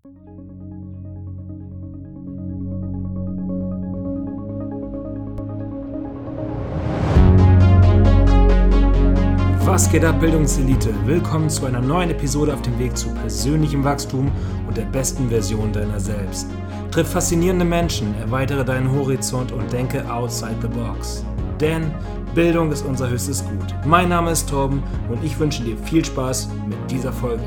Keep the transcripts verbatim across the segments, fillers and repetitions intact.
Was geht ab, Bildungselite? Willkommen zu einer neuen Episode auf dem Weg zu persönlichem Wachstum und der besten Version deiner selbst. Triff faszinierende Menschen, erweitere deinen Horizont und denke outside the box. Denn Bildung ist unser höchstes Gut. Mein Name ist Torben und ich wünsche dir viel Spaß mit dieser Folge.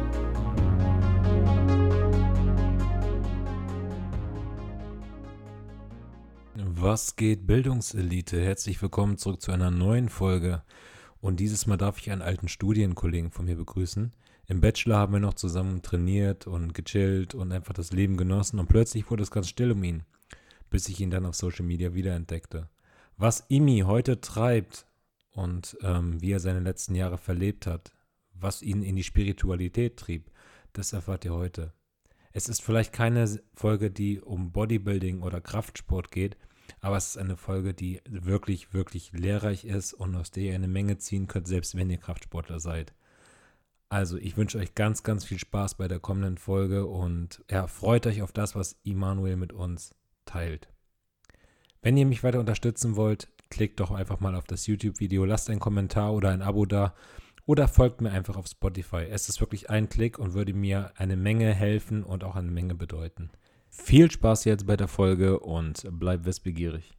Was geht, Bildungselite? Herzlich willkommen zurück zu einer neuen Folge. Und dieses Mal darf ich einen alten Studienkollegen von mir begrüßen. Im Bachelor haben wir noch zusammen trainiert und gechillt und einfach das Leben genossen. Und plötzlich wurde es ganz still um ihn, bis ich ihn dann auf Social Media wiederentdeckte. Was Imi heute treibt und ähm, wie er seine letzten Jahre verlebt hat, was ihn in die Spiritualität trieb, das erfahrt ihr heute. Es ist vielleicht keine Folge, die um Bodybuilding oder Kraftsport geht, aber es ist eine Folge, die wirklich, wirklich lehrreich ist und aus der ihr eine Menge ziehen könnt, selbst wenn ihr Kraftsportler seid. Also ich wünsche euch ganz, ganz viel Spaß bei der kommenden Folge und ja, freut euch auf das, was Immanuel mit uns teilt. Wenn ihr mich weiter unterstützen wollt, klickt doch einfach mal auf das YouTube-Video, lasst einen Kommentar oder ein Abo da oder folgt mir einfach auf Spotify. Es ist wirklich ein Klick und würde mir eine Menge helfen und auch eine Menge bedeuten. Viel Spaß jetzt bei der Folge und bleibt wissbegierig.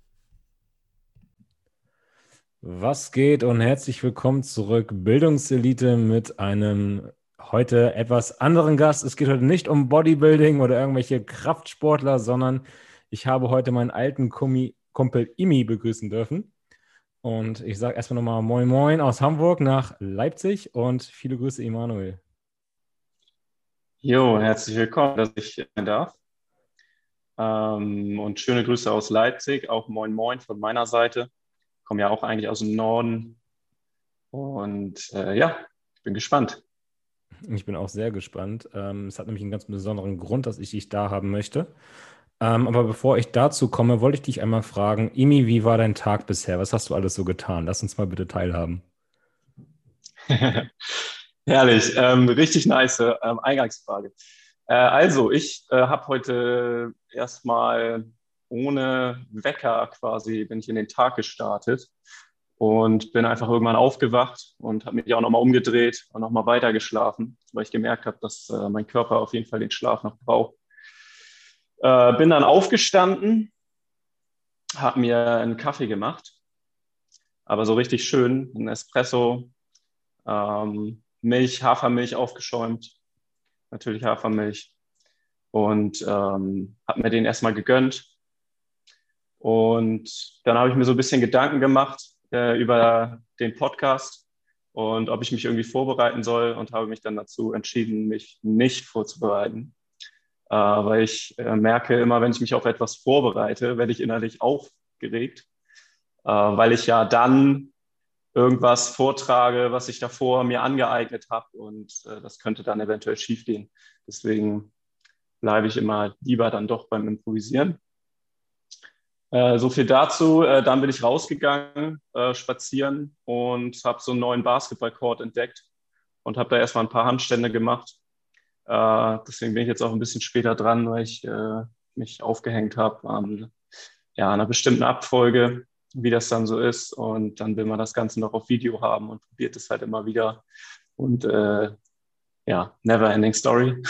Was geht und herzlich willkommen zurück, Bildungselite, mit einem heute etwas anderen Gast. Es geht heute nicht um Bodybuilding oder irgendwelche Kraftsportler, sondern ich habe heute meinen alten Kummi, Kumpel Imi begrüßen dürfen. Und ich sage erstmal nochmal Moin Moin aus Hamburg nach Leipzig und viele Grüße, Immanuel. Jo, herzlich willkommen, dass ich sein darf. Ähm, und schöne Grüße aus Leipzig, auch Moin Moin von meiner Seite. Ich komme ja auch eigentlich aus dem Norden. Und äh, ja, ich bin gespannt. Ich bin auch sehr gespannt. Ähm, es hat nämlich einen ganz besonderen Grund, dass ich dich da haben möchte. Ähm, aber bevor ich dazu komme, wollte ich dich einmal fragen, Imi, wie war dein Tag bisher? Was hast du alles so getan? Lass uns mal bitte teilhaben. Herrlich, ähm, richtig nice ähm, Eingangsfrage. Äh, also, ich äh, habe heute erstmal ohne Wecker quasi, bin ich in den Tag gestartet und bin einfach irgendwann aufgewacht und habe mich auch nochmal umgedreht und nochmal weiter geschlafen, weil ich gemerkt habe, dass äh, mein Körper auf jeden Fall den Schlaf noch braucht. Äh, bin dann aufgestanden, habe mir einen Kaffee gemacht, aber so richtig schön, ein Espresso, ähm, Milch, Hafermilch aufgeschäumt, natürlich Hafermilch, und ähm, habe mir den erstmal gegönnt. Und dann habe ich mir so ein bisschen Gedanken gemacht äh, über den Podcast und ob ich mich irgendwie vorbereiten soll, und habe mich dann dazu entschieden, mich nicht vorzubereiten. Äh, weil ich äh, merke, immer wenn ich mich auf etwas vorbereite, werde ich innerlich aufgeregt, äh, weil ich ja dann irgendwas vortrage, was ich davor mir angeeignet habe, und äh, das könnte dann eventuell schiefgehen. Deswegen bleibe ich immer lieber dann doch beim Improvisieren. Äh, so viel dazu. Äh, dann bin ich rausgegangen, äh, spazieren, und habe so einen neuen Basketballcourt entdeckt und habe da erstmal ein paar Handstände gemacht. Äh, deswegen bin ich jetzt auch ein bisschen später dran, weil ich äh, mich aufgehängt habe an ja, einer bestimmten Abfolge, wie das dann so ist. Und dann will man das Ganze noch auf Video haben und probiert es halt immer wieder. Und äh, ja, never ending story.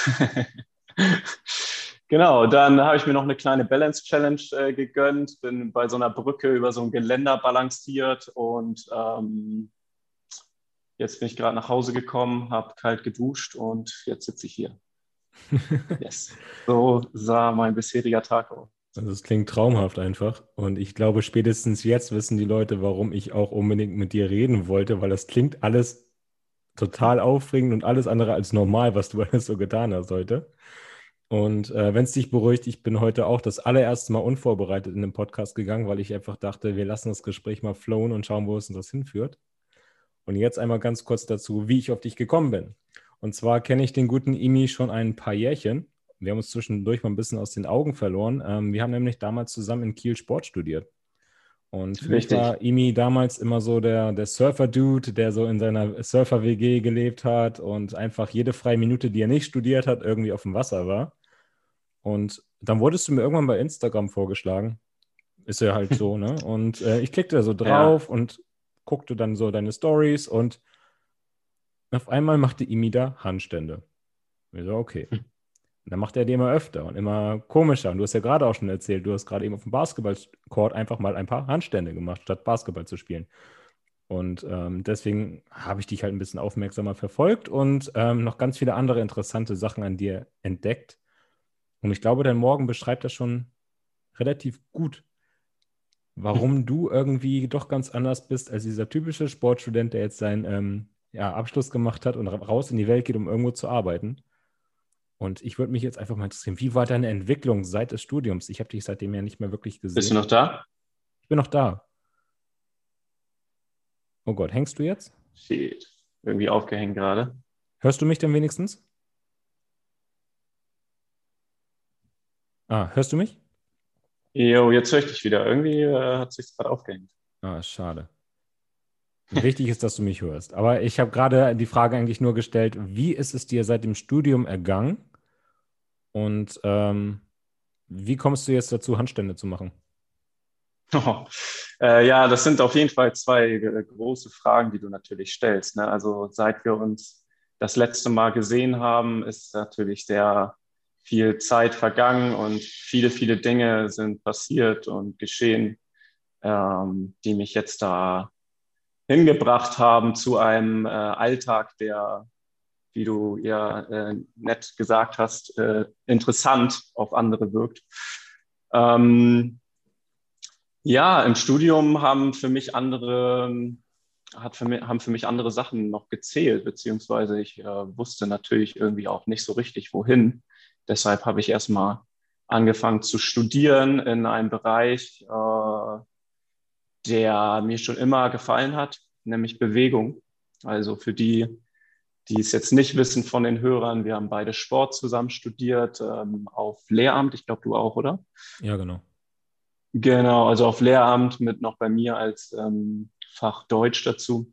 Genau, dann habe ich mir noch eine kleine Balance Challenge äh, gegönnt, bin bei so einer Brücke über so ein Geländer balanciert, und ähm, jetzt bin ich gerade nach Hause gekommen, habe kalt geduscht und jetzt sitze ich hier. Yes. So sah mein bisheriger Tag aus. Also es klingt traumhaft einfach, und ich glaube, spätestens jetzt wissen die Leute, warum ich auch unbedingt mit dir reden wollte, weil das klingt alles total aufregend und alles andere als normal, was du alles so getan hast heute. Und äh, wenn es dich beruhigt, ich bin heute auch das allererste Mal unvorbereitet in den Podcast gegangen, weil ich einfach dachte, wir lassen das Gespräch mal flowen und schauen, wo es uns das hinführt. Und jetzt einmal ganz kurz dazu, wie ich auf dich gekommen bin. Und zwar kenne ich den guten Imi schon ein paar Jährchen. Wir haben uns zwischendurch mal ein bisschen aus den Augen verloren. Ähm, wir haben nämlich damals zusammen in Kiel Sport studiert. Und für mich war Imi damals immer so der, der Surfer-Dude, der so in seiner Surfer-W G gelebt hat und einfach jede freie Minute, die er nicht studiert hat, irgendwie auf dem Wasser war. Und dann wurdest du mir irgendwann bei Instagram vorgeschlagen. Ist ja halt so, ne? Und äh, ich klickte da so drauf Ja. und guckte dann so deine Stories und auf einmal machte Imi da Handstände. Ich so, okay. Und dann macht er die immer öfter und immer komischer. Und du hast ja gerade auch schon erzählt, du hast gerade eben auf dem Basketballcourt einfach mal ein paar Handstände gemacht, statt Basketball zu spielen. Und ähm, deswegen habe ich dich halt ein bisschen aufmerksamer verfolgt und ähm, noch ganz viele andere interessante Sachen an dir entdeckt. Und ich glaube, dein Morgen beschreibt das schon relativ gut, warum du irgendwie doch ganz anders bist als dieser typische Sportstudent, der jetzt seinen ähm, ja, Abschluss gemacht hat und ra- raus in die Welt geht, um irgendwo zu arbeiten. Und ich würde mich jetzt einfach mal interessieren, wie war deine Entwicklung seit des Studiums? Ich habe dich seitdem ja nicht mehr wirklich Bist du gesehen. noch da? Ich bin noch da. Oh Gott, hängst du jetzt? Shit. Irgendwie aufgehängt gerade. Hörst du mich denn wenigstens? Ah, hörst du mich? Jo, jetzt höre ich dich wieder. Irgendwie äh, hat sich gerade aufgehängt. Ah, schade. Wichtig ist, dass du mich hörst. Aber ich habe gerade die Frage eigentlich nur gestellt, wie ist es dir seit dem Studium ergangen? Und ähm, wie kommst du jetzt dazu, Handstände zu machen? Oh. Äh, ja, das sind auf jeden Fall zwei äh, große Fragen, die du natürlich stellst. Ne? Also seit wir uns das letzte Mal gesehen haben, ist natürlich sehr viel Zeit vergangen und viele, viele Dinge sind passiert und geschehen, ähm, die mich jetzt da hingebracht haben zu einem äh, Alltag, der, wie du ja äh, nett gesagt hast, äh, interessant auf andere wirkt. Ähm, ja, im Studium haben für mich andere, hat für mich, haben für mich andere Sachen noch gezählt, beziehungsweise ich äh, wusste natürlich irgendwie auch nicht so richtig, wohin. Deshalb habe ich erstmal angefangen zu studieren in einem Bereich, äh, der mir schon immer gefallen hat, nämlich Bewegung. Also für die, die es jetzt nicht wissen von den Hörern, wir haben beide Sport zusammen studiert, ähm, auf Lehramt, ich glaube du auch, oder? Ja, genau. Genau, also auf Lehramt mit noch bei mir als ähm, Fach Deutsch dazu.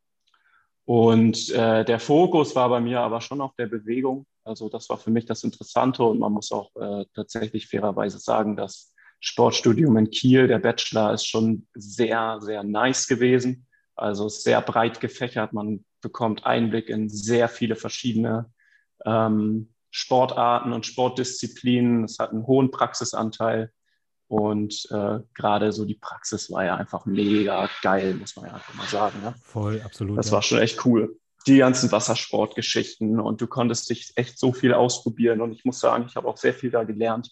Und äh, der Fokus war bei mir aber schon auf der Bewegung. Also das war für mich das Interessante und man muss auch äh, tatsächlich fairerweise sagen, das Sportstudium in Kiel, der Bachelor, ist schon sehr, sehr nice gewesen. Also sehr breit gefächert. Man bekommt Einblick in sehr viele verschiedene ähm, Sportarten und Sportdisziplinen. Es hat einen hohen Praxisanteil. Und äh, gerade so die Praxis war ja einfach mega geil, muss man ja einfach mal sagen. Ne? Voll, absolut, Das ja. war schon echt cool. Die ganzen Wassersportgeschichten und du konntest dich echt so viel ausprobieren. Und ich muss sagen, ich habe auch sehr viel da gelernt,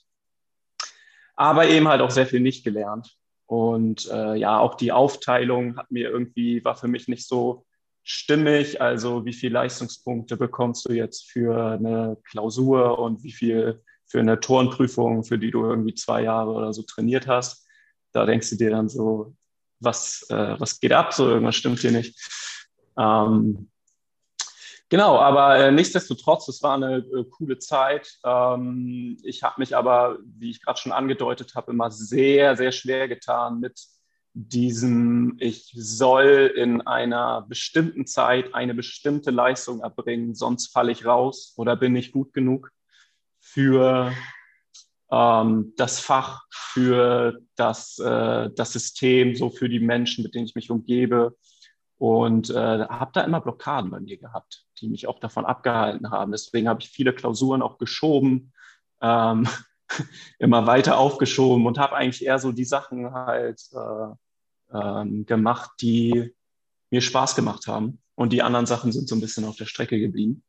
aber eben halt auch sehr viel nicht gelernt. Und äh, ja, auch die Aufteilung hat mir irgendwie, war für mich nicht so stimmig. Also wie viele Leistungspunkte bekommst du jetzt für eine Klausur und wie viel für eine Turnprüfung, für die du irgendwie zwei Jahre oder so trainiert hast. Da denkst du dir dann so, was, äh, was geht ab? So, irgendwas stimmt hier nicht. Ähm, Genau, aber äh, nichtsdestotrotz, es war eine äh, coole Zeit. Ähm, ich habe mich aber, wie ich gerade schon angedeutet habe, immer sehr, sehr schwer getan mit diesem, ich soll in einer bestimmten Zeit eine bestimmte Leistung erbringen, sonst falle ich raus oder bin nicht gut genug für ähm, das Fach, für das, äh, das System, so für die Menschen, mit denen ich mich umgebe. Und äh, habe da immer Blockaden bei mir gehabt, die mich auch davon abgehalten haben. Deswegen habe ich viele Klausuren auch geschoben, ähm, immer weiter aufgeschoben und habe eigentlich eher so die Sachen halt äh, ähm, gemacht, die mir Spaß gemacht haben. Und die anderen Sachen sind so ein bisschen auf der Strecke geblieben.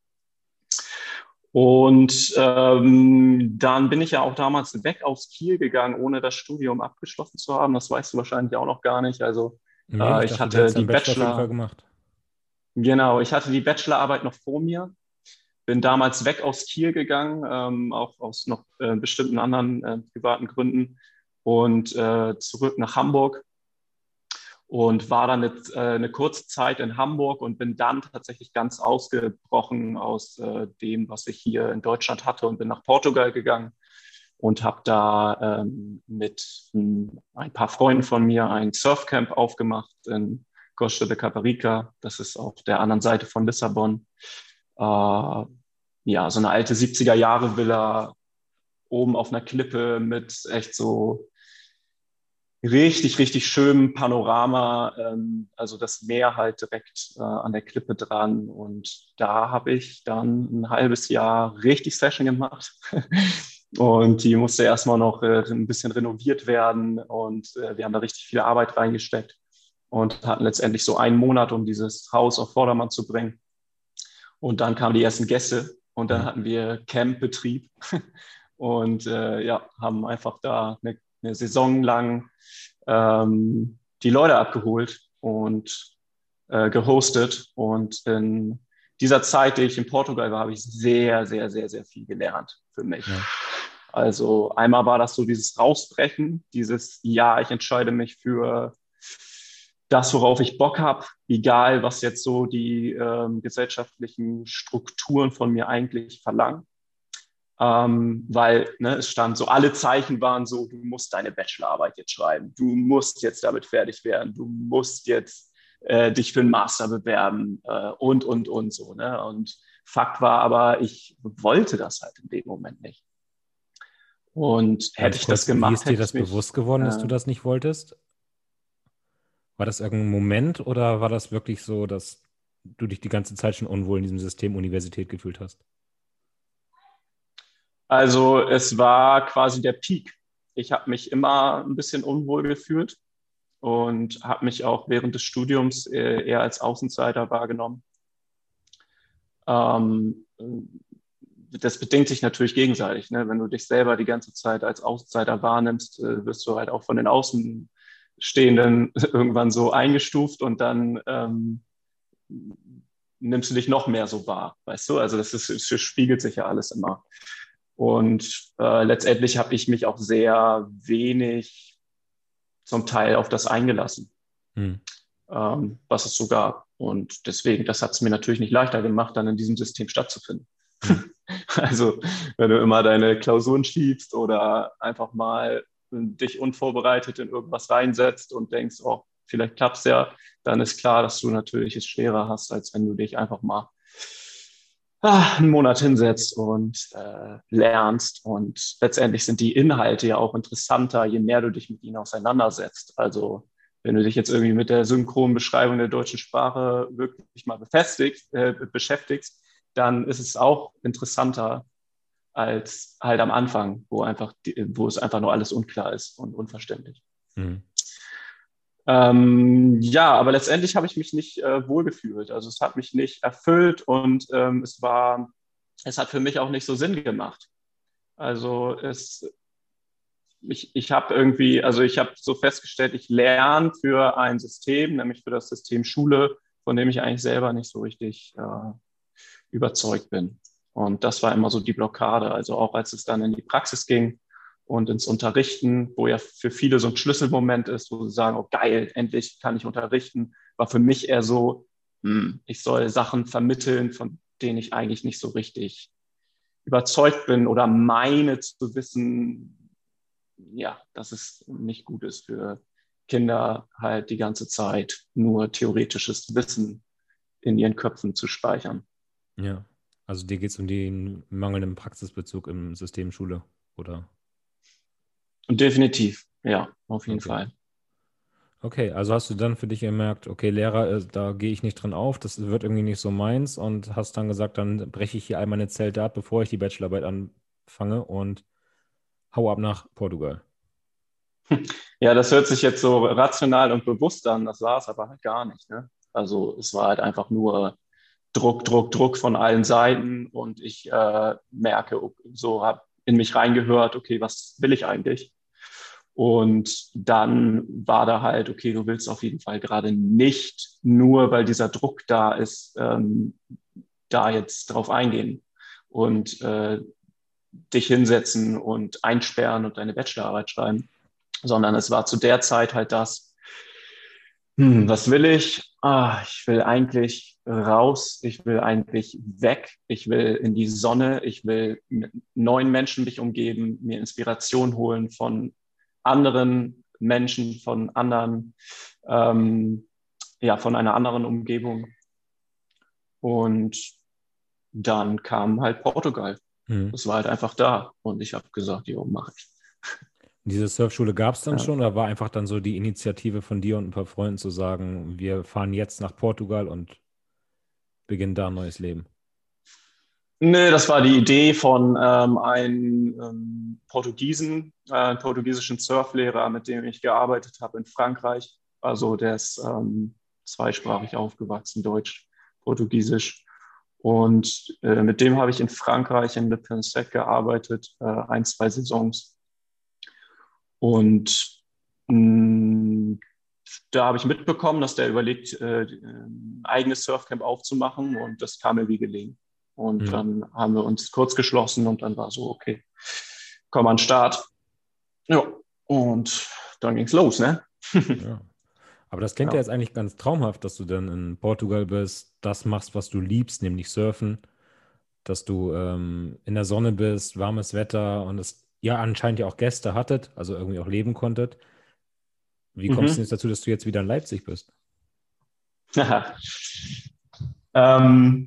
Und ähm, dann bin ich ja auch damals weg aus Kiel gegangen, ohne das Studium abgeschlossen zu haben. Das weißt du wahrscheinlich auch noch gar nicht. Also Nee, äh, ich ich dachte, du hatte hättest die deinen Bachelor auf jeden Fall Bachelor, gemacht. genau, ich hatte die Bachelorarbeit noch vor mir, bin damals weg aus Kiel gegangen, ähm, auch aus noch äh, bestimmten anderen äh, privaten Gründen und äh, zurück nach Hamburg und war dann eine, äh, eine kurze Zeit in Hamburg und bin dann tatsächlich ganz ausgebrochen aus äh, dem, was ich hier in Deutschland hatte und bin nach Portugal gegangen und habe da ähm, mit m, ein paar Freunden von mir ein Surfcamp aufgemacht in Costa de Caparica. Das ist auf der anderen Seite von Lissabon. Äh, ja, so eine alte siebziger-Jahre-Villa oben auf einer Klippe mit echt so richtig, richtig schönem Panorama, ähm, also das Meer halt direkt äh, an der Klippe dran. Und da habe ich dann ein halbes Jahr richtig Session gemacht. Und die musste erstmal noch äh, ein bisschen renoviert werden. Und äh, wir haben da richtig viel Arbeit reingesteckt und hatten letztendlich so einen Monat, um dieses Haus auf Vordermann zu bringen. Und dann kamen die ersten Gäste und dann hatten wir Campbetrieb und äh, ja, haben einfach da eine, eine Saison lang ähm, die Leute abgeholt und äh, gehostet. Und in dieser Zeit, die ich in Portugal war, habe ich sehr, sehr, sehr, sehr viel gelernt für mich. Ja. Also einmal war das so dieses Rausbrechen, dieses, ja, ich entscheide mich für das, worauf ich Bock habe, egal was jetzt so die ähm, gesellschaftlichen Strukturen von mir eigentlich verlangen. Ähm, weil ne, es stand so, alle Zeichen waren so, du musst deine Bachelorarbeit jetzt schreiben, du musst jetzt damit fertig werden, du musst jetzt äh, dich für einen Master bewerben äh, und, und, und so. Ne? Und Fakt war aber, ich wollte das halt in dem Moment nicht. Und hätte Ganz ich kurz, das gemacht, wie ist dir hätte das ich mich, bewusst geworden, dass du äh, das nicht wolltest? War das irgendein Moment oder war das wirklich so, dass du dich die ganze Zeit schon unwohl in diesem System Universität gefühlt hast? Also es war quasi der Peak. Ich habe mich immer ein bisschen unwohl gefühlt und habe mich auch während des Studiums äh, eher als Außenseiter wahrgenommen. Ähm, das bedingt sich natürlich gegenseitig. Ne? Wenn du dich selber die ganze Zeit als Außenseiter wahrnimmst, äh, wirst du halt auch von den Außenstehenden irgendwann so eingestuft und dann ähm, nimmst du dich noch mehr so wahr, weißt du? Also das, ist, das spiegelt sich ja alles immer. Und äh, letztendlich habe ich mich auch sehr wenig zum Teil auf das eingelassen, Hm. ähm, was es so gab. Und deswegen, das hat es mir natürlich nicht leichter gemacht, dann in diesem System stattzufinden. Hm. Also, wenn du immer deine Klausuren schiebst oder einfach mal dich unvorbereitet in irgendwas reinsetzt und denkst, oh, vielleicht klappt es ja, dann ist klar, dass du natürlich es schwerer hast, als wenn du dich einfach mal ah, einen Monat hinsetzt und äh, lernst. Und letztendlich sind die Inhalte ja auch interessanter, je mehr du dich mit ihnen auseinandersetzt. Also wenn du dich jetzt irgendwie mit der synchronen Beschreibung der deutschen Sprache wirklich mal befestigst, äh, beschäftigst, dann ist es auch interessanter als halt am Anfang, wo einfach, die, wo es einfach nur alles unklar ist und unverständlich. Hm. Ähm, ja, aber letztendlich habe ich mich nicht äh, wohlgefühlt. Also es hat mich nicht erfüllt und ähm, es war, es hat für mich auch nicht so Sinn gemacht. Also es, ich, ich habe irgendwie, also ich habe so festgestellt, ich lerne für ein System, nämlich für das System Schule, von dem ich eigentlich selber nicht so richtig äh, überzeugt bin. Und das war immer so die Blockade. Also auch als es dann in die Praxis ging und ins Unterrichten, wo ja für viele so ein Schlüsselmoment ist, wo sie sagen, oh geil, endlich kann ich unterrichten, war für mich eher so, hm, ich soll Sachen vermitteln, von denen ich eigentlich nicht so richtig überzeugt bin oder meine zu wissen, ja, dass es nicht gut ist für Kinder halt die ganze Zeit nur theoretisches Wissen in ihren Köpfen zu speichern. Ja, also dir geht es um den mangelnden Praxisbezug im System Schule, oder? Und definitiv, ja, auf jeden Okay. Fall. Okay, also hast du dann für dich gemerkt, okay, Lehrer, äh, da gehe ich nicht drin auf, das wird irgendwie nicht so meins und hast dann gesagt, dann breche ich hier einmal eine Zelte ab, bevor ich die Bachelorarbeit anfange und hau ab nach Portugal. Ja, das hört sich jetzt so rational und bewusst an, das war es aber halt gar nicht. Ne? Also es war halt einfach nur Druck, Druck, Druck von allen Seiten und ich äh, merke, so habe in mich reingehört, okay, was will ich eigentlich? Und dann war da halt, okay, du willst auf jeden Fall gerade nicht nur, weil dieser Druck da ist, ähm, da jetzt drauf eingehen und äh, dich hinsetzen und einsperren und deine Bachelorarbeit schreiben, sondern es war zu der Zeit halt das, hm, was will ich? Ah, ich will eigentlich raus, ich will eigentlich weg, ich will in die Sonne, ich will mit neuen Menschen mich umgeben, mir Inspiration holen von anderen Menschen, von anderen, ähm, ja, von einer anderen Umgebung. Und dann kam halt Portugal. Mhm. Das war halt einfach da und ich habe gesagt, jo, mache ich. Diese Surfschule gab es dann Ja. schon oder war einfach dann so die Initiative von dir und ein paar Freunden zu sagen, wir fahren jetzt nach Portugal und beginnen da ein neues Leben? Nö, das war die Idee von ähm, einem ähm, Portugiesen, äh, einem portugiesischen Surflehrer, mit dem ich gearbeitet habe in Frankreich. Also der ist ähm, zweisprachig aufgewachsen, Deutsch, Portugiesisch. Und äh, mit dem habe ich in Frankreich in Le Pinsec gearbeitet, äh, ein, zwei Saisons. Und mh, da habe ich mitbekommen, dass der überlegt, äh, ein eigenes Surfcamp aufzumachen und das kam mir wie gelegen. Und Mhm. dann haben wir uns kurz geschlossen und dann war so, okay, komm an den Start. Ja, und dann ging's los, ne? Ja. Aber das klingt ja Ja. jetzt eigentlich ganz traumhaft, dass du dann in Portugal bist, das machst, was du liebst, nämlich Surfen, dass du ähm, in der Sonne bist, warmes Wetter und es ja anscheinend ja auch Gäste hattet, also irgendwie auch leben konntet. Wie kommst du Mhm. jetzt dazu, dass du jetzt wieder in Leipzig bist? ähm,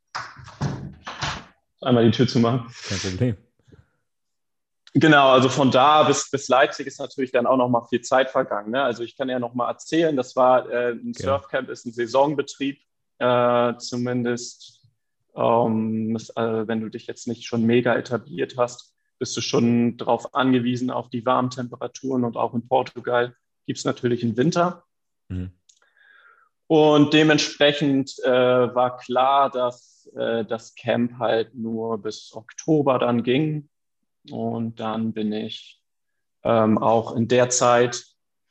einmal die Tür zu machen. Kein Problem. Genau, also von da bis, bis Leipzig ist natürlich dann auch noch mal viel Zeit vergangen. Ne? Also ich kann ja noch mal erzählen, das war äh, ein Gern. Surfcamp, ist ein Saisonbetrieb, äh, zumindest ähm, das, äh, wenn du dich jetzt nicht schon mega etabliert hast, bist du schon darauf angewiesen, auf die warmen Temperaturen und auch in Portugal gibt es natürlich einen Winter. Mhm. Und dementsprechend äh, war klar, dass äh, das Camp halt nur bis Oktober dann ging. Und dann bin ich ähm, auch in der Zeit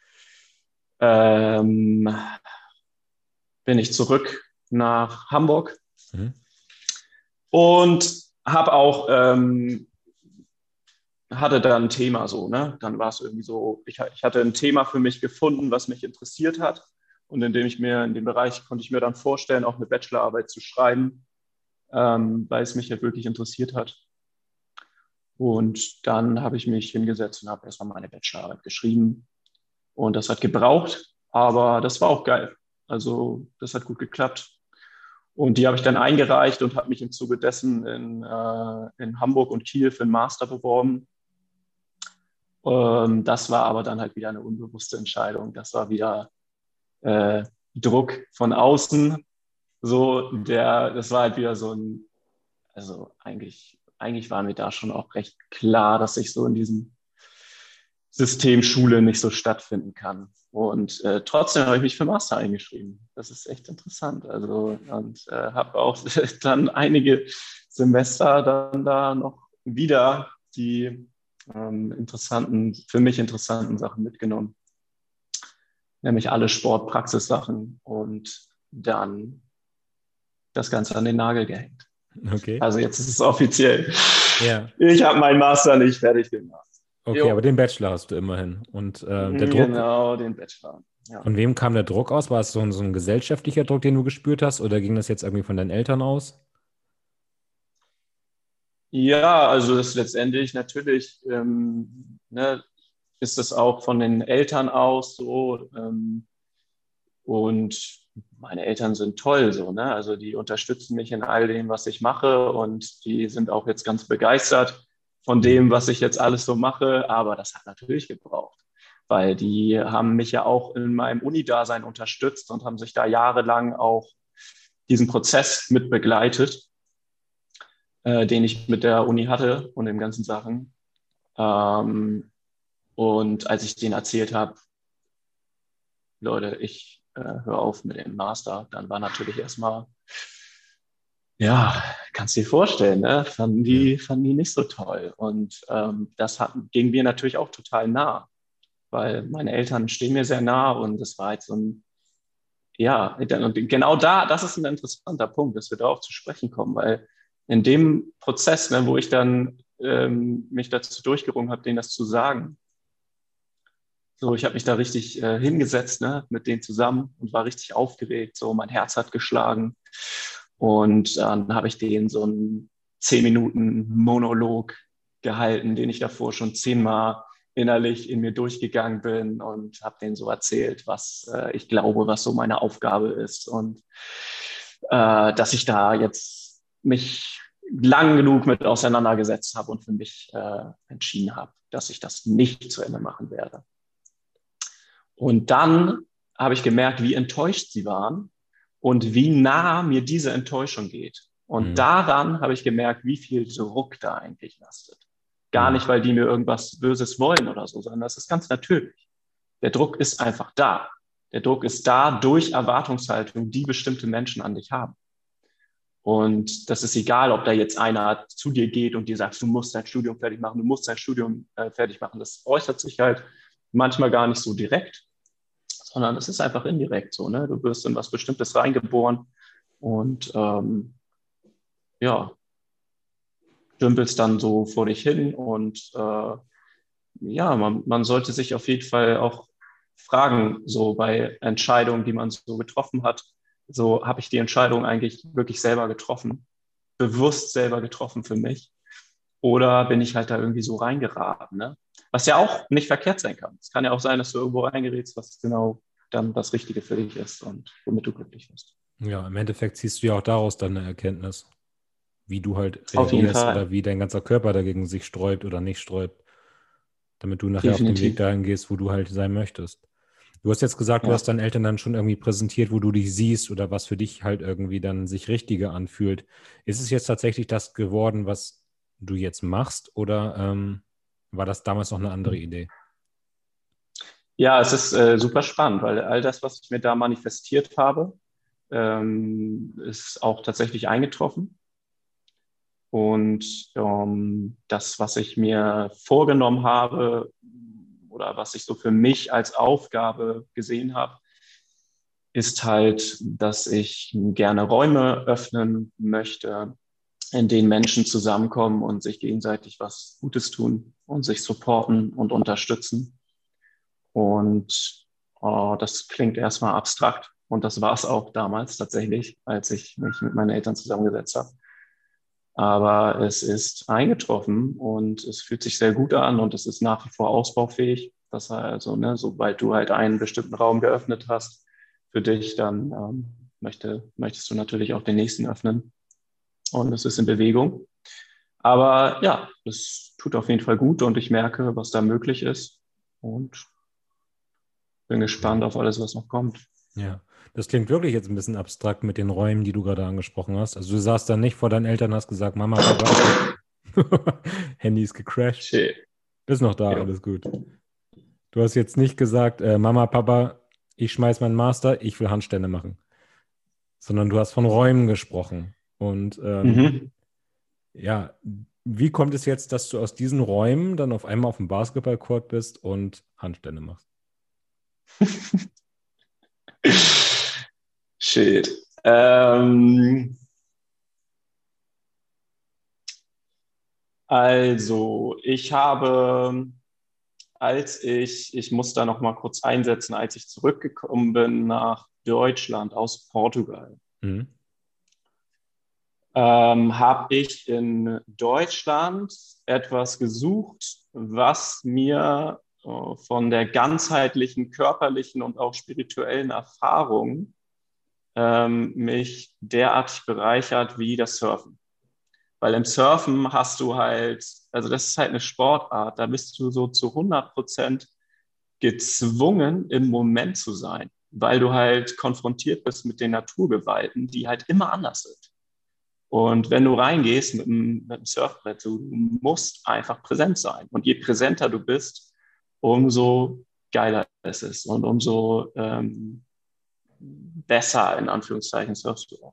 ähm, bin ich zurück nach Hamburg Mhm. und habe auch ähm, hatte da ein Thema so, ne? Dann war es irgendwie so, ich, ich hatte ein Thema für mich gefunden, was mich interessiert hat. Und in dem ich mir, in dem Bereich konnte ich mir dann vorstellen, auch eine Bachelorarbeit zu schreiben, ähm, weil es mich ja wirklich interessiert hat. Und dann habe ich mich hingesetzt und habe erstmal meine Bachelorarbeit geschrieben. Und das hat gebraucht, aber das war auch geil. Also das hat gut geklappt. Und die habe ich dann eingereicht und habe mich im Zuge dessen in, äh, in Hamburg und Kiel für einen Master beworben. Ähm, das war aber dann halt wieder eine unbewusste Entscheidung. Das war wieder äh, Druck von außen. So, der, das war halt wieder so ein, also eigentlich, eigentlich war mir da schon auch recht klar, dass ich so in diesem System Schule nicht so stattfinden kann. Und äh, trotzdem habe ich mich für Master eingeschrieben. Das ist echt interessant. Also und äh, habe auch dann einige Semester dann da noch wieder die ähm, interessanten, für mich interessanten Sachen mitgenommen, nämlich alle Sportpraxissachen und dann das Ganze an den Nagel gehängt. Okay. Also jetzt ist es offiziell. Ja. Ich habe meinen Master nicht fertig gemacht. Okay, aber Jo, den Bachelor hast du immerhin. Und äh, der Druck, genau, den Bachelor. Ja. von wem kam der Druck aus? War es so ein, so ein gesellschaftlicher Druck, den du gespürt hast, oder ging das jetzt irgendwie von deinen Eltern aus? Ja, also das letztendlich natürlich ähm, ne, ist das auch von den Eltern aus so. Ähm, und meine Eltern sind toll so, ne? Also die unterstützen mich in all dem, was ich mache und die sind auch jetzt ganz begeistert von Mhm. dem, was ich jetzt alles so mache. Aber das hat natürlich gebraucht, weil die haben mich ja auch in meinem Uni-Dasein unterstützt und haben sich da jahrelang auch diesen Prozess mit begleitet, äh, den ich mit der Uni hatte und den ganzen Sachen. Ähm, und als ich denen erzählt habe, Leute, ich äh, höre auf mit dem Master, dann war natürlich erstmal, ja, kannst du dir vorstellen, ne? Fanden Ja. die, fanden die nicht so toll. Und ähm, das hat, ging mir natürlich auch total nah, weil meine Eltern stehen mir sehr nah und das war halt so ein, ja, und genau da, das ist ein interessanter Punkt, dass wir darauf zu sprechen kommen, weil in dem Prozess, ne, wo ich dann ähm, mich dazu durchgerungen habe, denen das zu sagen, so, ich habe mich da richtig äh, hingesetzt, ne, mit denen zusammen und war richtig aufgeregt. So, mein Herz hat geschlagen. Und dann habe ich denen so einen zehn Minuten Monolog gehalten, den ich davor schon zehnmal innerlich in mir durchgegangen bin und habe denen so erzählt, was äh, ich glaube, was so meine Aufgabe ist und äh, dass ich da jetzt mich lang genug mit auseinandergesetzt habe und für mich äh, entschieden habe, dass ich das nicht zu Ende machen werde. Und dann habe ich gemerkt, wie enttäuscht sie waren und wie nah mir diese Enttäuschung geht. Und mhm. daran habe ich gemerkt, wie viel Druck da eigentlich lastet. Gar mhm. nicht, weil die mir irgendwas Böses wollen oder so, sondern das ist ganz natürlich. Der Druck ist einfach da. Der Druck ist da durch Erwartungshaltung, die bestimmte Menschen an dich haben. Und das ist egal, ob da jetzt einer zu dir geht und dir sagt, du musst dein Studium fertig machen, du musst dein Studium äh, fertig machen. Das äußert sich halt manchmal gar nicht so direkt, sondern es ist einfach indirekt so. Ne? Du wirst in was Bestimmtes reingeboren und ähm, ja, dümpelst dann so vor dich hin. Und äh, ja, man, man sollte sich auf jeden Fall auch fragen, so bei Entscheidungen, die man so getroffen hat, so habe ich die Entscheidung eigentlich wirklich selber getroffen, bewusst selber getroffen für mich, oder bin ich halt da irgendwie so reingeraten, ne? Was ja auch nicht verkehrt sein kann. Es kann ja auch sein, dass du irgendwo reingerätst, was genau dann das Richtige für dich ist und womit du glücklich bist. Ja, im Endeffekt ziehst du ja auch daraus dann eine Erkenntnis, wie du halt reagierst oder wie dein ganzer Körper dagegen sich sträubt oder nicht sträubt, damit du nachher Definitiv. auf den Weg dahin gehst, wo du halt sein möchtest. Du hast jetzt gesagt, ja. du hast deinen Eltern dann schon irgendwie präsentiert, wo du dich siehst oder was für dich halt irgendwie dann sich richtiger anfühlt. Ist es jetzt tatsächlich das geworden, was du jetzt machst, oder ähm, war das damals noch eine andere Idee? Ja, es ist äh, super spannend, weil all das, was ich mir da manifestiert habe, ähm, ist auch tatsächlich eingetroffen. Und ähm, das, was ich mir vorgenommen habe oder was ich so für mich als Aufgabe gesehen habe, ist halt, dass ich gerne Räume öffnen möchte, in denen Menschen zusammenkommen und sich gegenseitig was Gutes tun und sich supporten und unterstützen. Und oh, das klingt erstmal abstrakt. Und das war es auch damals tatsächlich, als ich mich mit meinen Eltern zusammengesetzt habe. Aber es ist eingetroffen und es fühlt sich sehr gut an und es ist nach wie vor ausbaufähig. Das heißt also, ne, sobald du halt einen bestimmten Raum geöffnet hast für dich, dann ähm, möchte, möchtest du natürlich auch den nächsten öffnen. Und es ist in Bewegung. Aber ja, es tut auf jeden Fall gut und ich merke, was da möglich ist. Und bin gespannt auf alles, was noch kommt. Ja, das klingt wirklich jetzt ein bisschen abstrakt mit den Räumen, die du gerade angesprochen hast. Also du saßt dann nicht vor deinen Eltern und hast gesagt, Mama, Papa, Handy ist gecrashed. Shit. Ist noch da, ja. Alles gut. Du hast jetzt nicht gesagt, äh, Mama, Papa, ich schmeiß meinen Master, ich will Handstände machen. Sondern du hast von Räumen gesprochen. Und ähm, mhm. ja, wie kommt es jetzt, dass du aus diesen Räumen dann auf einmal auf dem Basketballcourt bist und Handstände machst? Shit. Ähm, also, ich habe, als ich, ich muss da noch mal kurz einsetzen, als ich zurückgekommen bin nach Deutschland aus Portugal, mhm. ähm, habe ich in Deutschland etwas gesucht, was mir äh, von der ganzheitlichen, körperlichen und auch spirituellen Erfahrung ähm, mich derartig bereichert wie das Surfen. Weil im Surfen hast du halt, also das ist halt eine Sportart, da bist du so zu hundert Prozent gezwungen, im Moment zu sein, weil du halt konfrontiert bist mit den Naturgewalten, die halt immer anders sind. Und wenn du reingehst mit dem, mit dem Surfbrett, du musst einfach präsent sein. Und je präsenter du bist, umso geiler es ist und umso ähm, besser, in Anführungszeichen, surfst du auch.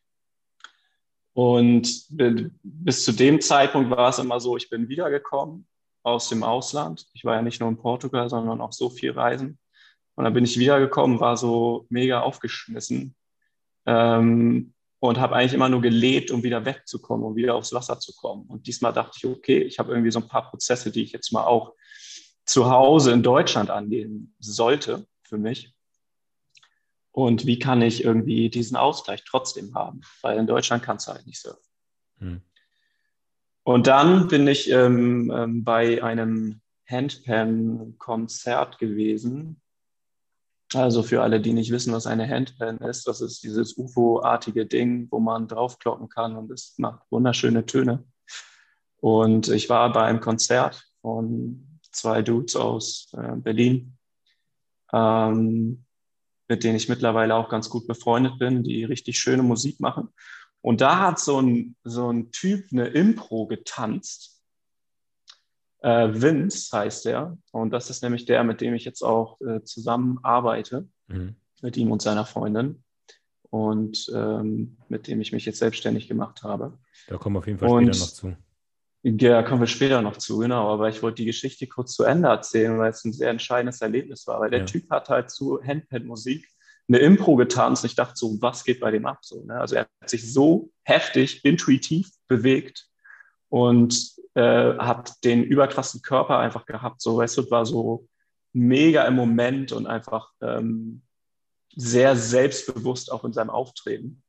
Und bis zu dem Zeitpunkt war es immer so, ich bin wiedergekommen aus dem Ausland. Ich war ja nicht nur in Portugal, sondern auch so viel reisen. Und dann bin ich wiedergekommen, war so mega aufgeschmissen ähm, und habe eigentlich immer nur gelebt, um wieder wegzukommen, um wieder aufs Wasser zu kommen. Und diesmal dachte ich, okay, ich habe irgendwie so ein paar Prozesse, die ich jetzt mal auch zu Hause in Deutschland angehen sollte für mich. Und wie kann ich irgendwie diesen Ausgleich trotzdem haben? Weil in Deutschland kannst du halt nicht surfen. Hm. Und dann bin ich ähm, ähm, bei einem Handpan-Konzert gewesen Also für alle, die nicht wissen, was eine Handpan ist, das ist dieses U F O-artige Ding, wo man draufkloppen kann und es macht wunderschöne Töne. Und ich war bei einem Konzert von zwei Dudes aus äh, Berlin, ähm, mit denen ich mittlerweile auch ganz gut befreundet bin, die richtig schöne Musik machen. Und da hat so ein, so ein Typ eine Impro getanzt. Äh, Vince heißt er. Und das ist nämlich der, mit dem ich jetzt auch äh, zusammen arbeite, Mhm. mit ihm und seiner Freundin. Und ähm, mit dem ich mich jetzt selbstständig gemacht habe. Da kommen wir auf jeden Fall später noch Und zu. ja, kommen wir später noch zu, genau. Aber ich wollte die Geschichte kurz zu Ende erzählen, weil es ein sehr entscheidendes Erlebnis war. Weil der Ja. Typ hat halt zu Handpan-Musik eine Impro getanzt. Und ich dachte so, was geht bei dem ab? So, ne? Also er hat sich so heftig, intuitiv bewegt und äh, hat den überkrassen Körper einfach gehabt. So, weißt du, war so mega im Moment und einfach ähm, sehr selbstbewusst auch in seinem Auftreten.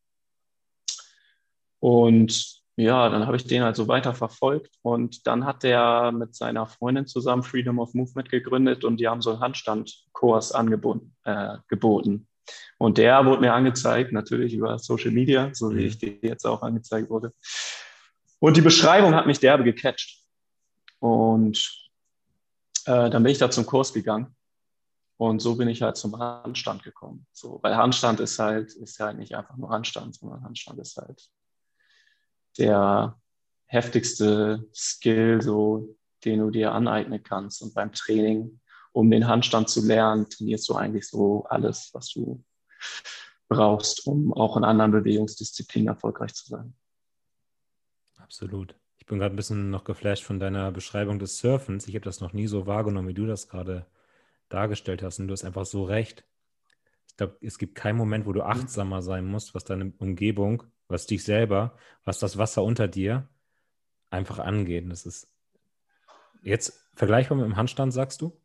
Und ja, dann habe ich den halt so weiter verfolgt und dann hat der mit seiner Freundin zusammen Freedom of Movement gegründet und die haben so einen Handstandkurs angeboten. Äh, geboten. Und der wurde mir angezeigt, natürlich über Social Media, so wie Mhm. ich dir jetzt auch angezeigt wurde. Und die Beschreibung hat mich derbe gecatcht. Und äh, dann bin ich da zum Kurs gegangen und so bin ich halt zum Handstand gekommen. So, weil Handstand ist halt, ist halt nicht einfach nur Handstand, sondern Handstand ist halt der heftigste Skill, so, den du dir aneignen kannst. Und beim Training, um den Handstand zu lernen, trainierst du eigentlich so alles, was du brauchst, um auch in anderen Bewegungsdisziplinen erfolgreich zu sein. Absolut. Ich bin gerade ein bisschen noch geflasht von deiner Beschreibung des Surfens. Ich habe das noch nie so wahrgenommen, wie du das gerade dargestellt hast. Und du hast einfach so recht. Ich glaube, es gibt keinen Moment, wo du achtsamer sein musst, was deine Umgebung, was dich selber, was das Wasser unter dir einfach angeht. Das ist jetzt vergleichbar mit dem Handstand, sagst du?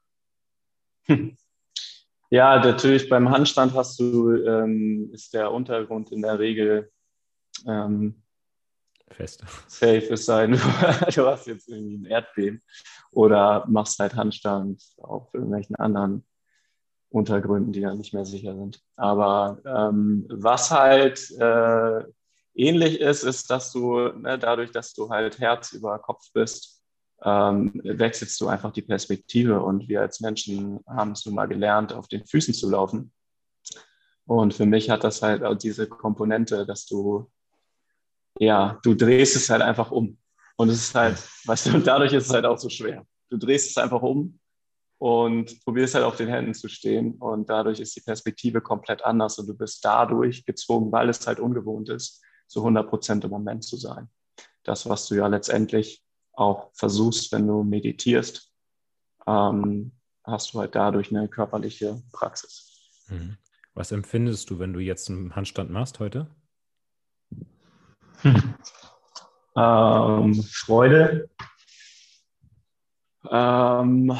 Ja, natürlich beim Handstand hast du, ähm, ist der Untergrund in der Regel ähm, Fest. safe, es sei denn, du hast jetzt irgendwie ein Erdbeben oder machst halt Handstand auf irgendwelchen anderen Untergründen, die dann nicht mehr sicher sind. Aber ähm, was halt äh, ähnlich ist, ist, dass du, ne, dadurch, dass du halt Herz über Kopf bist, ähm, wechselst du einfach die Perspektive. Und wir als Menschen haben es nun mal gelernt, auf den Füßen zu laufen. Und für mich hat das halt auch diese Komponente, dass du, ja, du drehst es halt einfach um. Und es ist halt, weißt du, und dadurch ist es halt auch so schwer. Du drehst es einfach um und probierst halt auf den Händen zu stehen und dadurch ist die Perspektive komplett anders und du bist dadurch gezwungen, weil es halt ungewohnt ist, zu hundert Prozent im Moment zu sein. Das, was du ja letztendlich auch versuchst, wenn du meditierst, ähm, hast du halt dadurch eine körperliche Praxis. Mhm. Was empfindest du, wenn du jetzt einen Handstand machst heute? Hm. Ähm, Freude. Ähm,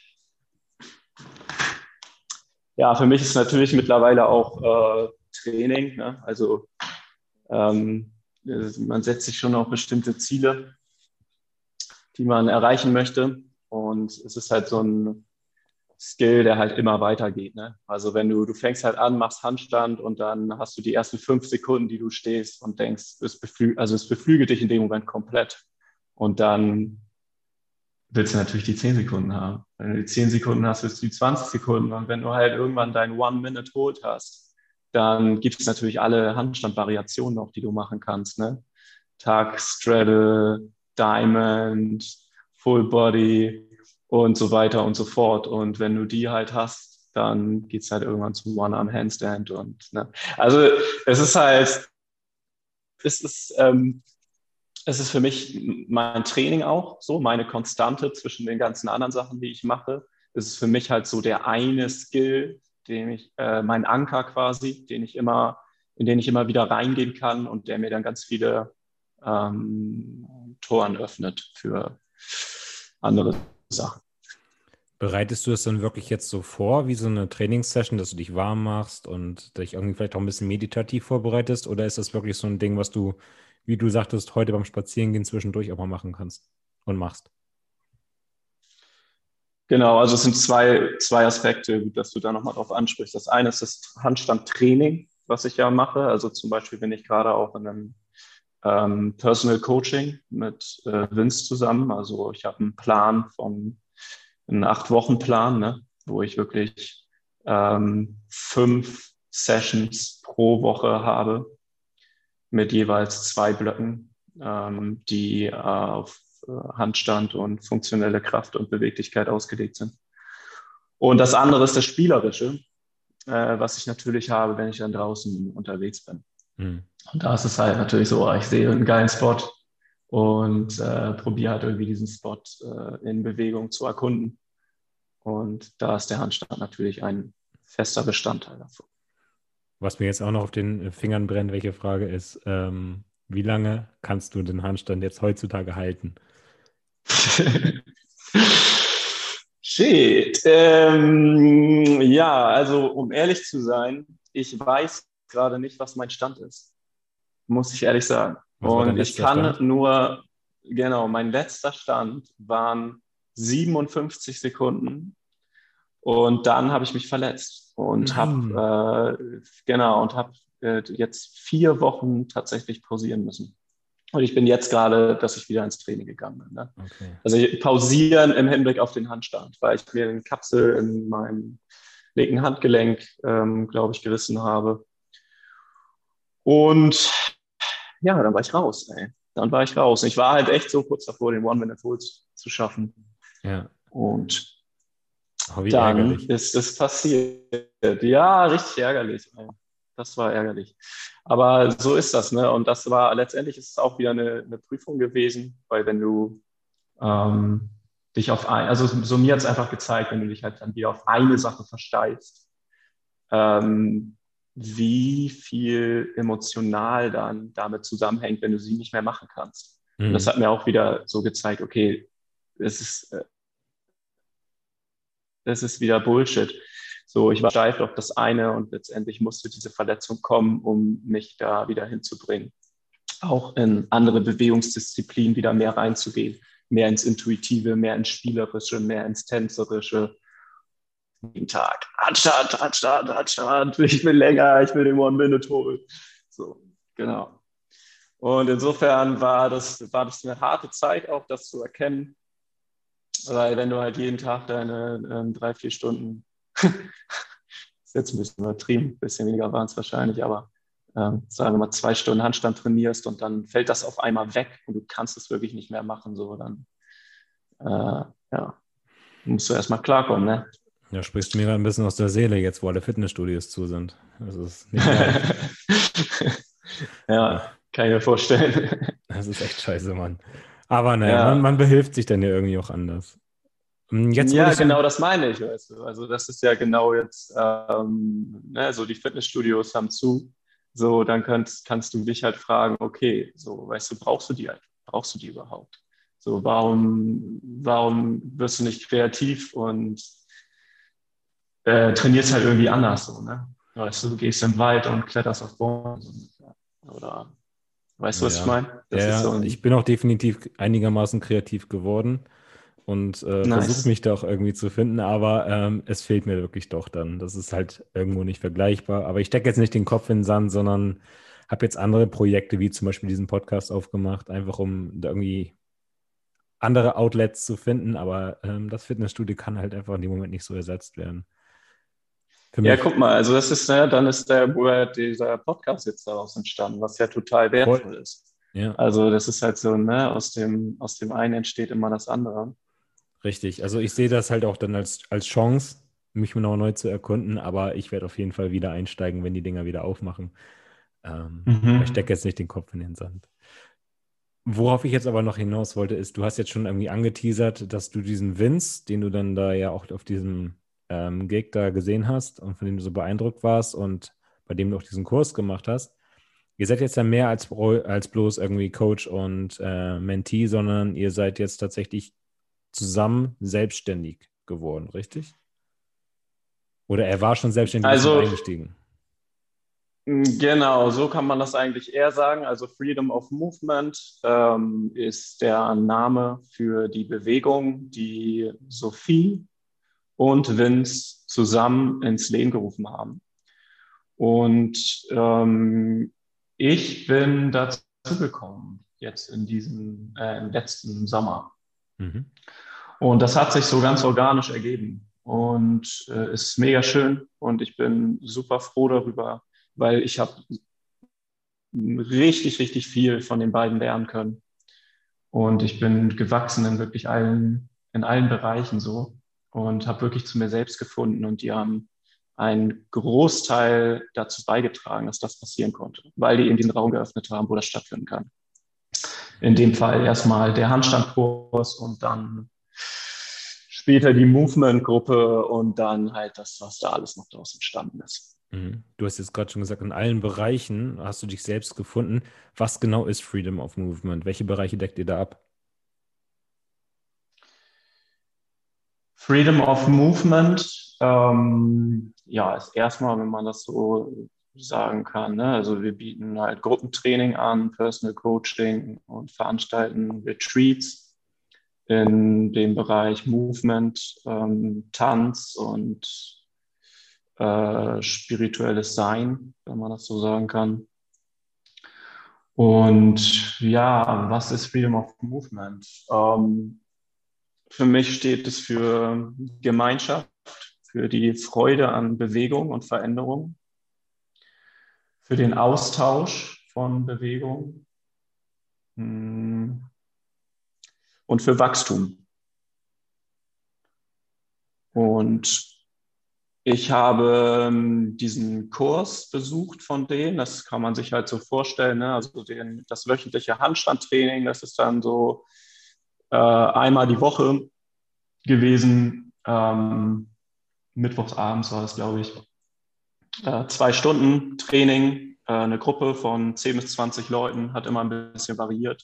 ja, für mich ist natürlich mittlerweile auch äh, Training. Ne? Also ähm, man setzt sich schon auch bestimmte Ziele, die man erreichen möchte. Und es ist halt so ein Skill, der halt immer weitergeht. Ne? Also wenn du, du fängst halt an, machst Handstand und dann hast du die ersten fünf Sekunden, die du stehst und denkst, es beflügelt, also es beflügelt dich in dem Moment komplett. Und dann willst du natürlich die zehn Sekunden haben. Wenn du die zehn Sekunden hast, willst du die zwanzig Sekunden. Und wenn du halt irgendwann dein One-Minute-Hold hast, dann gibt es natürlich alle Handstand-Variationen noch, die du machen kannst. Ne? Tuck, Straddle, Diamond, Full Body und so weiter und so fort. Und wenn du die halt hast, dann geht es halt irgendwann zum One-Arm-Handstand. Und, ne? Also es ist halt, es ist, ähm, es ist für mich mein Training auch so, meine Konstante zwischen den ganzen anderen Sachen, die ich mache. Es ist für mich halt so der eine Skill, den ich, äh, mein Anker quasi, den ich immer, in den ich immer wieder reingehen kann und der mir dann ganz viele ähm, Toren öffnet für andere Sachen. Bereitest du es dann wirklich jetzt so vor, wie so eine Trainingssession, dass du dich warm machst und dich irgendwie vielleicht auch ein bisschen meditativ vorbereitest? Oder ist das wirklich so ein Ding, was du, wie du sagtest, heute beim Spazierengehen zwischendurch auch mal machen kannst und machst? Genau, also es sind zwei, zwei Aspekte, dass du da nochmal drauf ansprichst. Das eine ist das Handstandtraining, was ich ja mache. Also zum Beispiel bin ich gerade auch in einem ähm, Personal Coaching mit äh, Vince zusammen. Also ich habe einen Plan von, einen Acht-Wochen-Plan, ne, wo ich wirklich ähm, fünf Sessions pro Woche habe mit jeweils zwei Blöcken, ähm, die äh, auf äh, Handstand und funktionelle Kraft und Beweglichkeit ausgelegt sind. Und das andere ist das Spielerische, äh, was ich natürlich habe, wenn ich dann draußen unterwegs bin. Hm. Und da ist es halt natürlich so, ich sehe einen geilen Spot und äh, probiere halt irgendwie diesen Spot äh, in Bewegung zu erkunden. Und da ist der Handstand natürlich ein fester Bestandteil davon. Was mir jetzt auch noch auf den Fingern brennt, welche Frage ist, ähm, wie lange kannst du den Handstand jetzt heutzutage halten? Shit. Ähm, ja, also um ehrlich zu sein, ich weiß gerade nicht, was mein Stand ist. Muss ich ehrlich sagen. Was war dein Und ich letzter kann Stand? nur, genau, mein letzter Stand waren siebenundfünfzig Sekunden. Und dann habe ich mich verletzt und habe äh, genau und habe äh, jetzt vier Wochen tatsächlich pausieren müssen. Und ich bin jetzt gerade, dass ich wieder ins Training gegangen bin. Ne? Okay. Also pausieren im Hinblick auf den Handstand, weil ich mir eine Kapsel in meinem linken Handgelenk, ähm, glaube ich, gerissen habe. Und ja, dann war ich raus. Ey. Dann war ich raus. Ich war halt echt so kurz davor, den One-Minute-Holds zu schaffen. Ja. Und Oh, wie dann ärgerlich. ist es passiert. Ja, richtig ärgerlich. Ey. Das war ärgerlich. Aber so ist das, ne? Und das war letztendlich ist es auch wieder eine, eine Prüfung gewesen, weil wenn du ähm, dich auf ein, also so mir hat es einfach gezeigt, wenn du dich halt dann wieder auf eine Sache versteifst, ähm, wie viel emotional dann damit zusammenhängt, wenn du sie nicht mehr machen kannst. Mhm. Und das hat mir auch wieder so gezeigt, okay, es ist, äh, es ist wieder Bullshit. So, ich war steif auf das eine und letztendlich musste diese Verletzung kommen, um mich da wieder hinzubringen. Auch in andere Bewegungsdisziplinen wieder mehr reinzugehen. Mehr ins Intuitive, mehr ins Spielerische, mehr ins Tänzerische. Jeden Tag. Handstand, Handstand, Handstand. Ich will länger, ich will den One-Minute-Hold. So, genau. Und insofern war das, war das eine harte Zeit auch, das zu erkennen. Weil wenn du halt jeden Tag deine ähm, drei, vier Stunden, ist jetzt ein bisschen übertrieben, ein bisschen weniger waren es wahrscheinlich, aber ähm, sagen wir mal zwei Stunden Handstand trainierst und dann fällt das auf einmal weg und du kannst es wirklich nicht mehr machen, so dann äh, ja, musst du erstmal klarkommen, ne? Ja, sprichst du mir gerade ein bisschen aus der Seele jetzt, wo alle Fitnessstudios zu sind. Das ist nicht leicht. Ja, kann ich mir vorstellen. Das ist echt scheiße, Mann. Aber naja, Ja. man, man behilft sich dann ja irgendwie auch anders. Jetzt ja, ich so genau, das meine ich, weißt du. Also das ist ja genau jetzt, ähm, ne, so die Fitnessstudios haben zu, so dann kannst, kannst du dich halt fragen, okay, so, weißt du, brauchst du die halt, brauchst du die überhaupt? So, warum, warum wirst du nicht kreativ und äh, trainierst halt irgendwie anders, so, ne? Weißt du, du gehst im Wald und kletterst auf Bäume oder, weißt du, was ja. ich meine? Das Ja, ist so ein, ich bin auch definitiv einigermaßen kreativ geworden und äh, nice. versuche mich da auch irgendwie zu finden, aber ähm, es fehlt mir wirklich doch dann. Das ist halt irgendwo nicht vergleichbar. Aber ich stecke jetzt nicht den Kopf in den Sand, sondern habe jetzt andere Projekte, wie zum Beispiel diesen Podcast aufgemacht, einfach um da irgendwie andere Outlets zu finden. Aber ähm, das Fitnessstudio kann halt einfach in dem Moment nicht so ersetzt werden. Für Ja, mich guck mal, also das ist, ne, dann ist der, wo ja dieser Podcast jetzt daraus entstanden, was ja total wertvoll voll. ist. Ja, Also das ist halt so, ne, aus dem, aus dem einen entsteht immer das andere. richtig. Also ich sehe das halt auch dann als, als Chance, mich noch neu zu erkunden, aber ich werde auf jeden Fall wieder einsteigen, wenn die Dinger wieder aufmachen. Ähm, aber ich Mhm. stecke jetzt nicht den Kopf in den Sand. Worauf ich jetzt aber noch hinaus wollte, ist, du hast jetzt schon irgendwie angeteasert, dass du diesen Vince, den du dann da ja auch auf diesem ähm, Gig da gesehen hast und von dem du so beeindruckt warst und bei dem du auch diesen Kurs gemacht hast, ihr seid jetzt ja mehr als, als bloß irgendwie Coach und äh, Mentee, sondern ihr seid jetzt tatsächlich zusammen selbstständig geworden, richtig? Oder er war schon selbstständig und ist mit Also eingestiegen? genau, so kann man das eigentlich eher sagen. Also Freedom of Movement ähm, ist der Name für die Bewegung, die Sophie und Vince zusammen ins Leben gerufen haben. Und ähm, ich bin dazu gekommen, jetzt in diesem äh, im letzten Sommer. Mhm. Und das hat sich so ganz organisch ergeben und äh, ist mega schön und ich bin super froh darüber, weil ich habe richtig, richtig viel von den beiden lernen können. Und ich bin gewachsen in wirklich allen, in allen Bereichen so und habe wirklich zu mir selbst gefunden und die haben einen Großteil dazu beigetragen, dass das passieren konnte, weil die eben diesen Raum geöffnet haben, wo das stattfinden kann. In dem Fall erstmal der Handstandkurs und dann später die Movement-Gruppe und dann halt das, was da alles noch daraus entstanden ist. Mhm. Du hast jetzt gerade schon gesagt, in allen Bereichen hast du dich selbst gefunden. Was genau ist Freedom of Movement? Welche Bereiche deckt ihr da ab? Freedom of Movement, ähm, ja, ist erstmal, wenn man das so sagen kann, ne? Also wir bieten halt Gruppentraining an, Personal Coaching und veranstalten Retreats in dem Bereich Movement, ähm, Tanz und äh, spirituelles Sein, wenn man das so sagen kann. Und ja, was ist Freedom of Movement? Ähm, für mich steht es für Gemeinschaft, für die Freude an Bewegung und Veränderung, für den Austausch von Bewegung und für Wachstum. Und ich habe diesen Kurs besucht von denen, das kann man sich halt so vorstellen, ne? Also den, das wöchentliche Handstandtraining, das ist dann so äh, einmal die Woche gewesen, ähm, mittwochsabends war das, glaube ich, äh, zwei Stunden Training, äh, eine Gruppe von zehn bis zwanzig Leuten, hat immer ein bisschen variiert.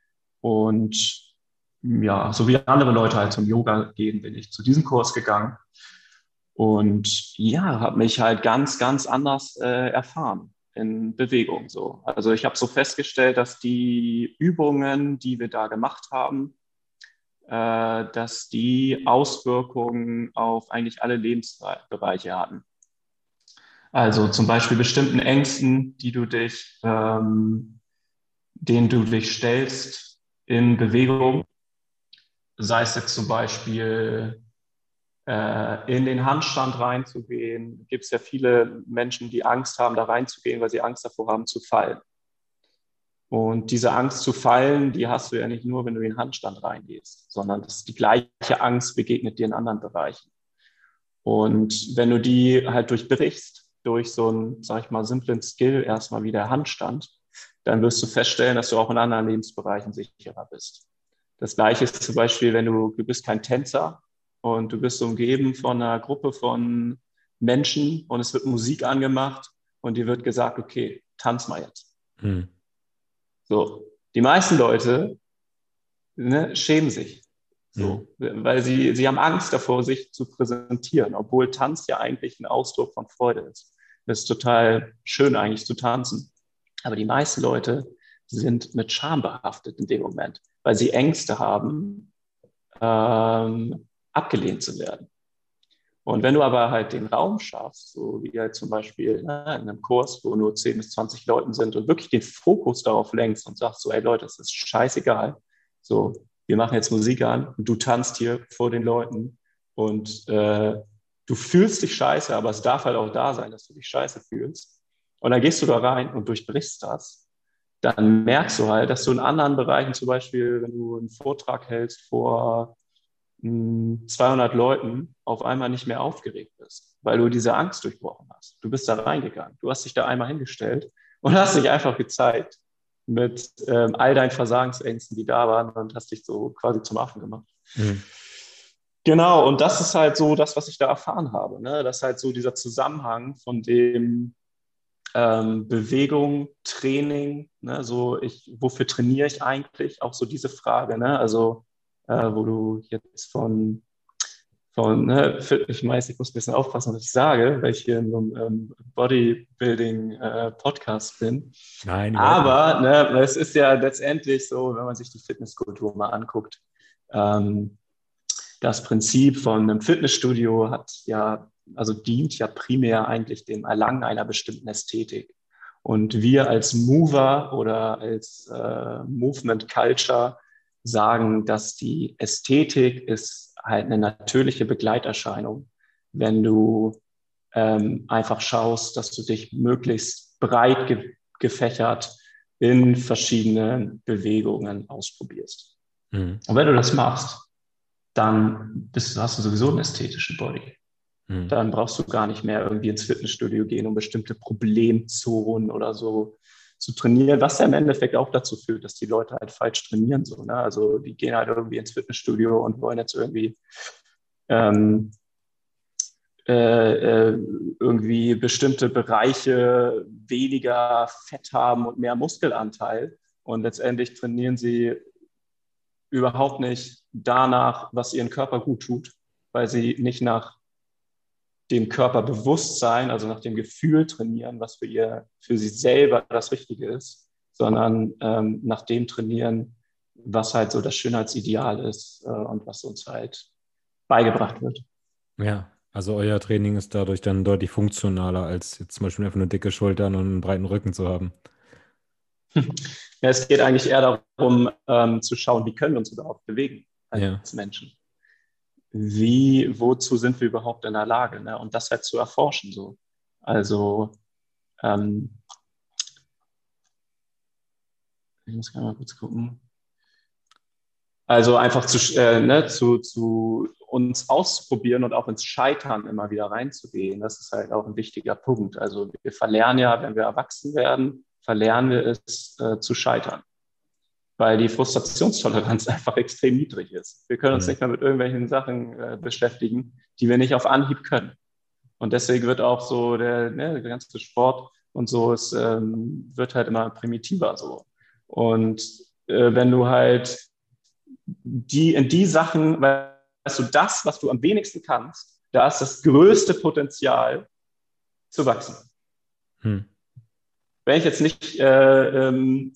Und ja, so wie andere Leute halt zum Yoga gehen, bin ich zu diesem Kurs gegangen. Und ja, habe mich halt ganz, ganz anders äh, erfahren in Bewegung. So. Also ich habe so festgestellt, dass die Übungen, die wir da gemacht haben, äh, dass die Auswirkungen auf eigentlich alle Lebensbereiche hatten. Also zum Beispiel bestimmten Ängsten, die du dich, ähm, denen du dich stellst in Bewegung, sei es jetzt zum Beispiel in den Handstand reinzugehen, gibt es ja viele Menschen, die Angst haben, da reinzugehen, weil sie Angst davor haben, zu fallen. Und diese Angst zu fallen, die hast du ja nicht nur, wenn du in den Handstand reingehst, sondern das ist die gleiche Angst begegnet dir in anderen Bereichen. Und wenn du die halt durchbrichst, durch so einen, sag ich mal, simplen Skill, erstmal wie der Handstand, dann wirst du feststellen, dass du auch in anderen Lebensbereichen sicherer bist. Das Gleiche ist zum Beispiel, wenn du, du bist kein Tänzer, und du bist umgeben von einer Gruppe von Menschen und es wird Musik angemacht und dir wird gesagt, okay, tanz mal jetzt. Hm. So, die meisten Leute, ne, schämen sich, so, hm. weil sie, sie haben Angst davor, sich zu präsentieren, obwohl Tanz ja eigentlich ein Ausdruck von Freude ist. Es ist total schön eigentlich zu tanzen, aber die meisten Leute sind mit Scham behaftet in dem Moment, weil sie Ängste haben, ähm, abgelehnt zu werden. Und wenn du aber halt den Raum schaffst, so wie halt zum Beispiel ne, in einem Kurs, wo nur zehn bis zwanzig Leute sind und wirklich den Fokus darauf lenkst und sagst so, hey Leute, das ist scheißegal. So, wir machen jetzt Musik an und du tanzt hier vor den Leuten und äh, du fühlst dich scheiße, aber es darf halt auch da sein, dass du dich scheiße fühlst. Und dann gehst du da rein und durchbrichst das. Dann merkst du halt, dass du in anderen Bereichen, zum Beispiel, wenn du einen Vortrag hältst vor zweihundert Leuten auf einmal nicht mehr aufgeregt bist, weil du diese Angst durchbrochen hast. Du bist da reingegangen. Du hast dich da einmal hingestellt und hast dich einfach gezeigt mit ähm, all deinen Versagensängsten, die da waren und hast dich so quasi zum Affen gemacht. Mhm. Genau, und das ist halt so das, was ich da erfahren habe. Ne? Das ist halt so dieser Zusammenhang von dem ähm, Bewegung, Training, ne? So ich, wofür trainiere ich eigentlich? Auch so diese Frage, ne? Also Äh, wo du jetzt von, von ne, ich weiß, ich muss ein bisschen aufpassen, was ich sage, weil ich hier in so einem ähm, Bodybuilding-Podcast äh, bin. Nein, aber ne, es ist ja letztendlich so, wenn man sich die Fitnesskultur mal anguckt, ähm, das Prinzip von einem Fitnessstudio hat ja, also dient ja primär eigentlich dem Erlangen einer bestimmten Ästhetik. Und wir als Mover oder als äh, Movement Culture sagen, dass die Ästhetik ist halt eine natürliche Begleiterscheinung, wenn du ähm, einfach schaust, dass du dich möglichst breit ge- gefächert in verschiedenen Bewegungen ausprobierst. Mhm. Und wenn du das machst, dann bist, hast du sowieso einen ästhetischen Body. Mhm. Dann brauchst du gar nicht mehr irgendwie ins Fitnessstudio gehen, um bestimmte Problemzonen oder so zu trainieren, was ja im Endeffekt auch dazu führt, dass die Leute halt falsch trainieren. So, ne? Also die gehen halt irgendwie ins Fitnessstudio und wollen jetzt irgendwie ähm, äh, äh, irgendwie bestimmte Bereiche weniger Fett haben und mehr Muskelanteil. Und letztendlich trainieren sie überhaupt nicht danach, was ihren Körper gut tut, weil sie nicht nach dem Körperbewusstsein, also nach dem Gefühl trainieren, was für ihr, für sie selber das Richtige ist, sondern ähm, nach dem trainieren, was halt so das Schönheitsideal ist äh, und was uns halt beigebracht wird. Ja, also euer Training ist dadurch dann deutlich funktionaler, als jetzt zum Beispiel einfach nur dicke Schultern und einen breiten Rücken zu haben. Ja, es geht eigentlich eher darum, ähm, zu schauen, wie können wir uns überhaupt bewegen als Ja. Menschen. Wie, wozu sind wir überhaupt in der Lage? Ne? Und das halt zu erforschen. So. Also, ähm, ich muss gerade mal kurz gucken. Also einfach zu, äh, ne, zu, zu uns auszuprobieren und auch ins Scheitern immer wieder reinzugehen. Das ist halt auch ein wichtiger Punkt. Also wir verlernen ja, wenn wir erwachsen werden, verlernen wir es äh, zu scheitern, weil die Frustrationstoleranz einfach extrem niedrig ist. Wir können uns Mhm. nicht mehr mit irgendwelchen Sachen äh, beschäftigen, die wir nicht auf Anhieb können. Und deswegen wird auch so der, ne, der ganze Sport und so, es ähm, wird halt immer primitiver so. Und äh, wenn du halt die, in die Sachen, weißt du, das, was du am wenigsten kannst, da ist das größte Potenzial zu wachsen. Hm. Wenn ich jetzt nicht äh, ähm,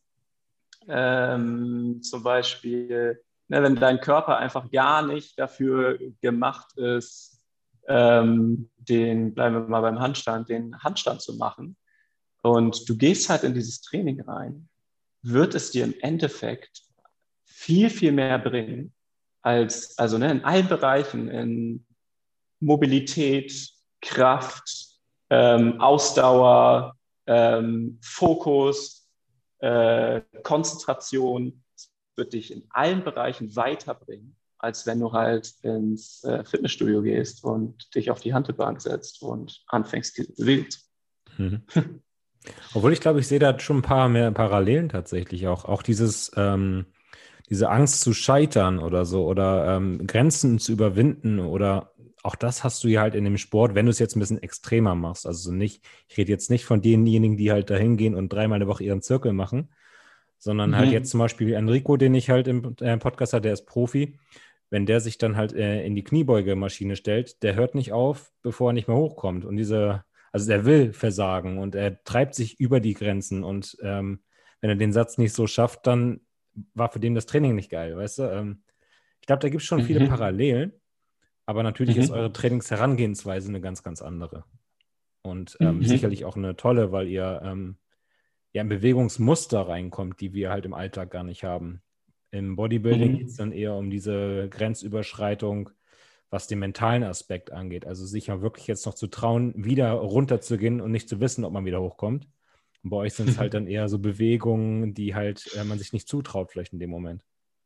ähm, zum Beispiel, ne, wenn dein Körper einfach gar nicht dafür gemacht ist, ähm, den, bleiben wir mal beim Handstand, den Handstand zu machen und du gehst halt in dieses Training rein, wird es dir im Endeffekt viel, viel mehr bringen, als, also ne, in allen Bereichen, in Mobilität, Kraft, ähm, Ausdauer, ähm, Fokus, äh, Konzentration, wird dich in allen Bereichen weiterbringen, als wenn du halt ins äh, Fitnessstudio gehst und dich auf die Hantelbank setzt und anfängst, diese Bewegung zu Mhm. Obwohl ich glaube, ich sehe da schon ein paar mehr Parallelen tatsächlich auch. Auch dieses, ähm, diese Angst zu scheitern oder so oder ähm, Grenzen zu überwinden oder auch das hast du ja halt in dem Sport, wenn du es jetzt ein bisschen extremer machst. Also nicht, ich rede jetzt nicht von denjenigen, die halt da hingehen und dreimal in der Woche ihren Zirkel machen, sondern halt jetzt Mhm. zum Beispiel Enrico, den ich halt im äh, Podcast habe, der ist Profi. Wenn der sich dann halt äh, in die Kniebeugemaschine stellt, der hört nicht auf, bevor er nicht mehr hochkommt. Und diese, also der will versagen und er treibt sich über die Grenzen. Und ähm, wenn er den Satz nicht so schafft, dann war für den das Training nicht geil, weißt du? Ähm, ich glaube, da gibt es schon viele Mhm. Parallelen, aber natürlich ist eure Mhm. Trainingsherangehensweise eine ganz, ganz andere. Und ähm, sicherlich Mhm. auch eine tolle, weil ihr ähm, ja in Bewegungsmuster reinkommt, die wir halt im Alltag gar nicht haben. Im Bodybuilding geht es Mhm. dann eher um diese Grenzüberschreitung, was den mentalen Aspekt angeht. Also sich ja wirklich jetzt noch zu trauen, wieder runterzugehen und nicht zu wissen, ob man wieder hochkommt. Und bei euch sind es halt dann eher so Bewegungen, die halt äh, man sich nicht zutraut, vielleicht in dem Moment.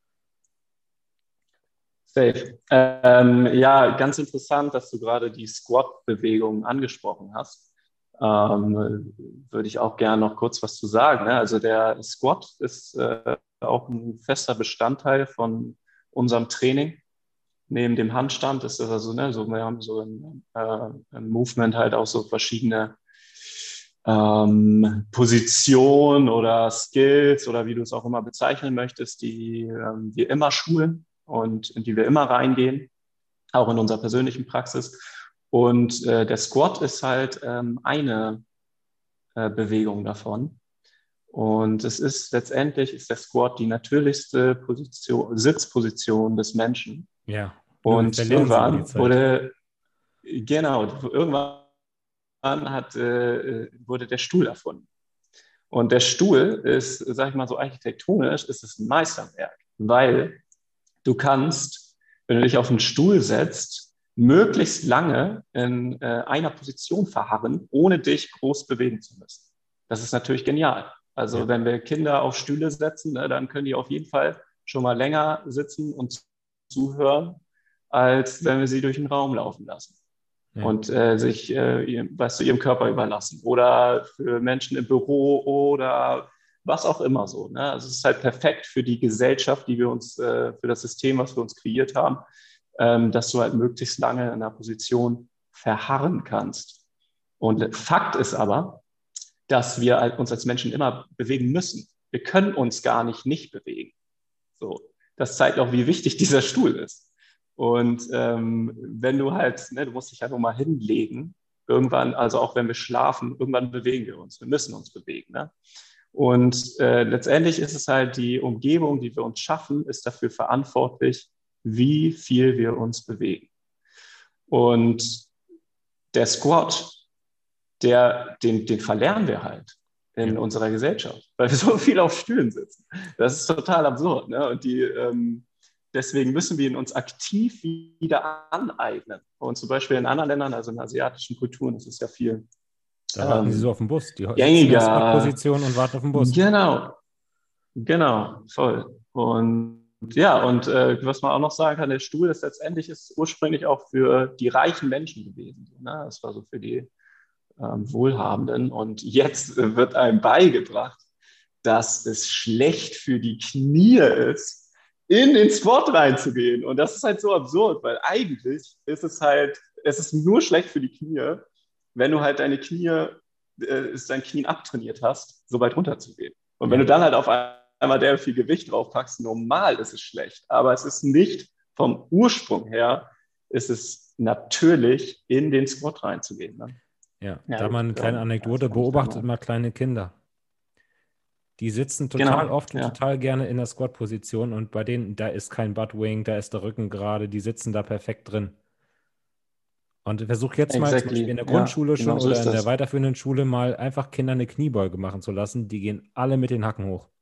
Safe. Ähm, ja, ganz interessant, dass du gerade die Squat-Bewegung angesprochen hast. Ähm, würde ich auch gerne noch kurz was zu sagen. Ne? Also der Squat ist äh, auch ein fester Bestandteil von unserem Training. Neben dem Handstand ist das also, ne, so, wir haben so im, äh, im Movement halt auch so verschiedene ähm, Positionen oder Skills oder wie du es auch immer bezeichnen möchtest, die ähm, wir immer schulen und in die wir immer reingehen, auch in unserer persönlichen Praxis. Und äh, der Squat ist halt ähm, eine äh, Bewegung davon. Und es ist letztendlich ist der Squat die natürlichste Position, Sitzposition des Menschen. Ja, Und verlernen sie über die irgendwann Zeit. wurde, genau, irgendwann hat, äh, wurde der Stuhl erfunden. Und der Stuhl ist, sag ich mal so architektonisch, ist es ein Meisterwerk, weil du kannst, wenn du dich auf einen Stuhl setzt, möglichst lange in äh, einer Position verharren, ohne dich groß bewegen zu müssen. Das ist natürlich genial. Also Ja. wenn wir Kinder auf Stühle setzen, ne, dann können die auf jeden Fall schon mal länger sitzen und zuhören, als wenn wir sie durch den Raum laufen lassen. Ja. Und äh, sich, äh, ihrem, weißt du, ihrem Körper überlassen. Oder für Menschen im Büro oder was auch immer so. Ne? Also es ist halt perfekt für die Gesellschaft, die wir uns, äh, für das System, was wir uns kreiert haben, ähm, dass du halt möglichst lange in einer Position verharren kannst. Und Fakt ist aber, dass wir halt uns als Menschen immer bewegen müssen. Wir können uns gar nicht nicht bewegen. So, das zeigt auch, wie wichtig dieser Stuhl ist. Und ähm, wenn du halt, ne, du musst dich halt nur mal hinlegen, irgendwann, also auch wenn wir schlafen, irgendwann bewegen wir uns. Wir müssen uns bewegen. Ne? Und äh, letztendlich ist es halt die Umgebung, die wir uns schaffen, ist dafür verantwortlich, wie viel wir uns bewegen. Und der Squat, der, den, den verlernen wir halt in Ja. unserer Gesellschaft, weil wir so viel auf Stühlen sitzen. Das ist total absurd. Ne? Und die, ähm, deswegen müssen wir ihn uns aktiv wieder aneignen. Und zum Beispiel in anderen Ländern, also in asiatischen Kulturen, ist es ja viel Da warten sie ähm, so auf den Bus. Die sitzen in der gängiger. Squat-Position und warten auf den Bus. Genau, genau, voll. Und ja, und äh, was man auch noch sagen kann, der Stuhl ist letztendlich ist ursprünglich auch für die reichen Menschen gewesen. Ne? Das war so für die ähm, Wohlhabenden. Und jetzt äh, wird einem beigebracht, dass es schlecht für die Knie ist, in den Sport reinzugehen. Und das ist halt so absurd, weil eigentlich ist es halt, es ist nur schlecht für die Knie, wenn du halt deine Knie, äh, dein Knie abtrainiert hast, so weit runterzugehen. Und wenn Ja. du dann halt auf einmal der viel Gewicht draufpackst, normal ist es schlecht. Aber es ist nicht vom Ursprung her, ist es natürlich, in den Squat reinzugehen. Ne? Ja, Ja, da mal eine gut, kleine ähm, Anekdote, das kann ich beobachtet sagen. mal kleine Kinder. Die sitzen total Genau, oft und ja. total gerne in der Squat-Position und bei denen, da ist kein Buttwing, da ist der Rücken gerade, die sitzen da perfekt drin. Und versuch jetzt mal zum Beispiel in Exactly. der Ja, Grundschule schon genau so oder ist in der das. weiterführenden Schule mal einfach Kindern eine Kniebeuge machen zu lassen. Die gehen alle mit den Hacken hoch.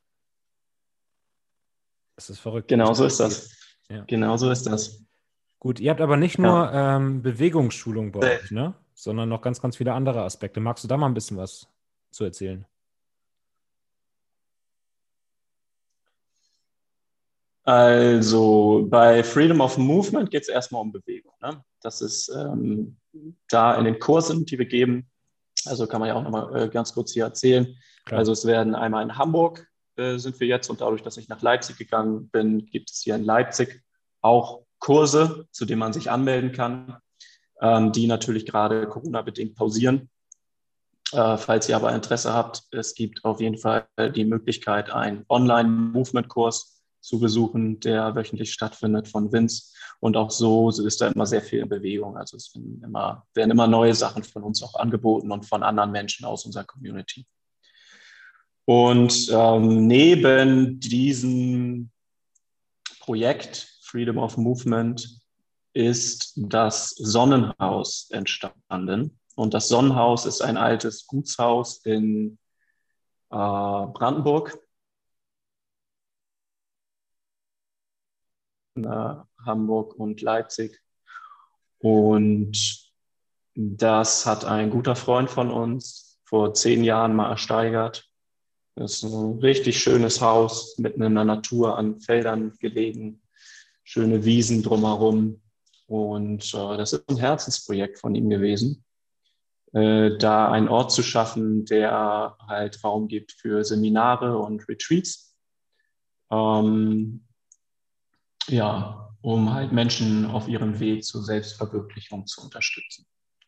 Das ist verrückt, wie Genau so schnell ist das geht. das. Ja. Genau so ist das. Gut, ihr habt aber nicht nur Ja. ähm, Bewegungsschulung bei euch, ne? Sondern noch ganz, ganz viele andere Aspekte. Magst du da mal ein bisschen was zu erzählen? Also bei Freedom of Movement geht es erstmal um Bewegung. Ne? Das ist ähm, da in den Kursen, die wir geben. Also kann man ja auch nochmal äh, ganz kurz hier erzählen. Klar. Also es werden einmal in Hamburg äh, sind wir jetzt und dadurch, dass ich nach Leipzig gegangen bin, gibt es hier in Leipzig auch Kurse, zu denen man sich anmelden kann, ähm, die natürlich gerade Corona-bedingt pausieren. Äh, falls ihr aber Interesse habt, es gibt auf jeden Fall die Möglichkeit, einen Online-Movement-Kurs zu besuchen, der wöchentlich stattfindet von Vince. Und auch so ist da immer sehr viel in Bewegung. Also es werden immer, werden immer neue Sachen von uns auch angeboten und von anderen Menschen aus unserer Community. Und ähm, neben diesem Projekt Freedom of Movement ist das Sonnenhaus entstanden. Und das Sonnenhaus ist ein altes Gutshaus in äh, Brandenburg, in, äh, Hamburg und Leipzig. Und das hat ein guter Freund von uns vor zehn Jahren mal ersteigert. Das ist ein richtig schönes Haus, mitten in der Natur an Feldern gelegen, schöne Wiesen drumherum. Und äh, das ist ein Herzensprojekt von ihm gewesen, äh, da einen Ort zu schaffen, der halt Raum gibt für Seminare und Retreats. Ähm, ja, um halt Menschen auf ihrem Weg zur Selbstverwirklichung zu unterstützen.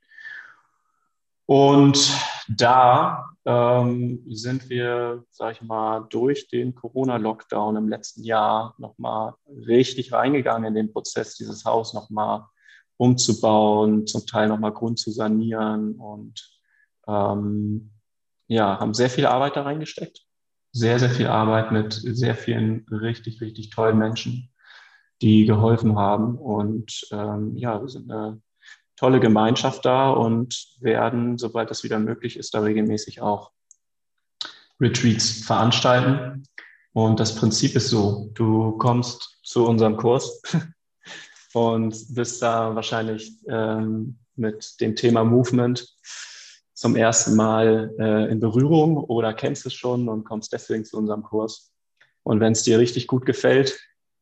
Und da ähm, sind wir, sag ich mal, durch den Corona-Lockdown im letzten Jahr nochmal richtig reingegangen in den Prozess, dieses Haus nochmal umzubauen, zum Teil nochmal Grund zu sanieren und ähm, ja, haben sehr viel Arbeit da reingesteckt. Sehr, sehr viel Arbeit mit sehr vielen richtig, richtig tollen Menschen, die geholfen haben. Und ähm, ja, wir sind eine tolle Gemeinschaft da und werden, sobald das wieder möglich ist, da regelmäßig auch Retreats veranstalten. Und das Prinzip ist so, du kommst zu unserem Kurs und bist da wahrscheinlich ähm, mit dem Thema Movement zum ersten Mal äh, in Berührung oder kennst es schon und kommst deswegen zu unserem Kurs. Und wenn es dir richtig gut gefällt,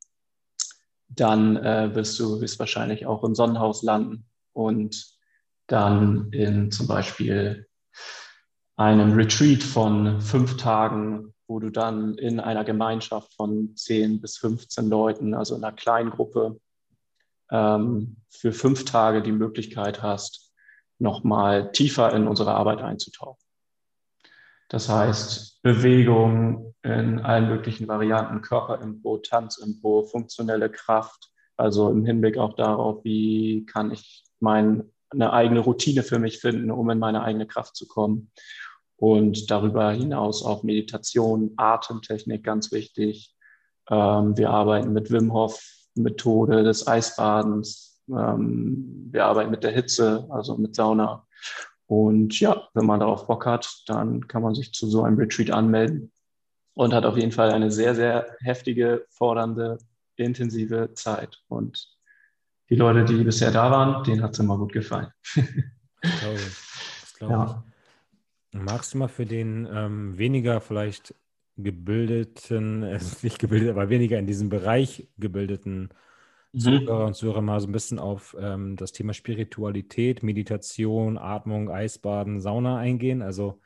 dann äh, wirst du höchstwahrscheinlich auch im Sonnenhaus landen und dann in zum Beispiel einem Retreat von fünf Tagen, wo du dann in einer Gemeinschaft von zehn bis fünfzehn Leuten, also in einer kleinen Gruppe, ähm, für fünf Tage die Möglichkeit hast, nochmal tiefer in unsere Arbeit einzutauchen. Das heißt, Bewegung in allen möglichen Varianten, Körperimpro, Tanzimpro, funktionelle Kraft, also im Hinblick auch darauf, wie kann ich mein, eine eigene Routine für mich finden, um in meine eigene Kraft zu kommen. Und darüber hinaus auch Meditation, Atemtechnik, ganz wichtig. Ähm, wir arbeiten mit Wim Hof Methode des Eisbadens. Ähm, wir arbeiten mit der Hitze, also mit Sauna. Und ja, wenn man darauf Bock hat, dann kann man sich zu so einem Retreat anmelden und hat auf jeden Fall eine sehr, sehr heftige, fordernde, intensive Zeit. Und die Leute, die bisher da waren, denen hat es immer gut gefallen. Das glaube ich. Das glaube Ja. ich. Magst du mal für den ähm, weniger vielleicht gebildeten, äh, nicht gebildet, aber weniger in diesem Bereich gebildeten Zuhörer Mhm. und Zuhörer mal so ein bisschen auf ähm, das Thema Spiritualität, Meditation, Atmung, Eisbaden, Sauna eingehen? Also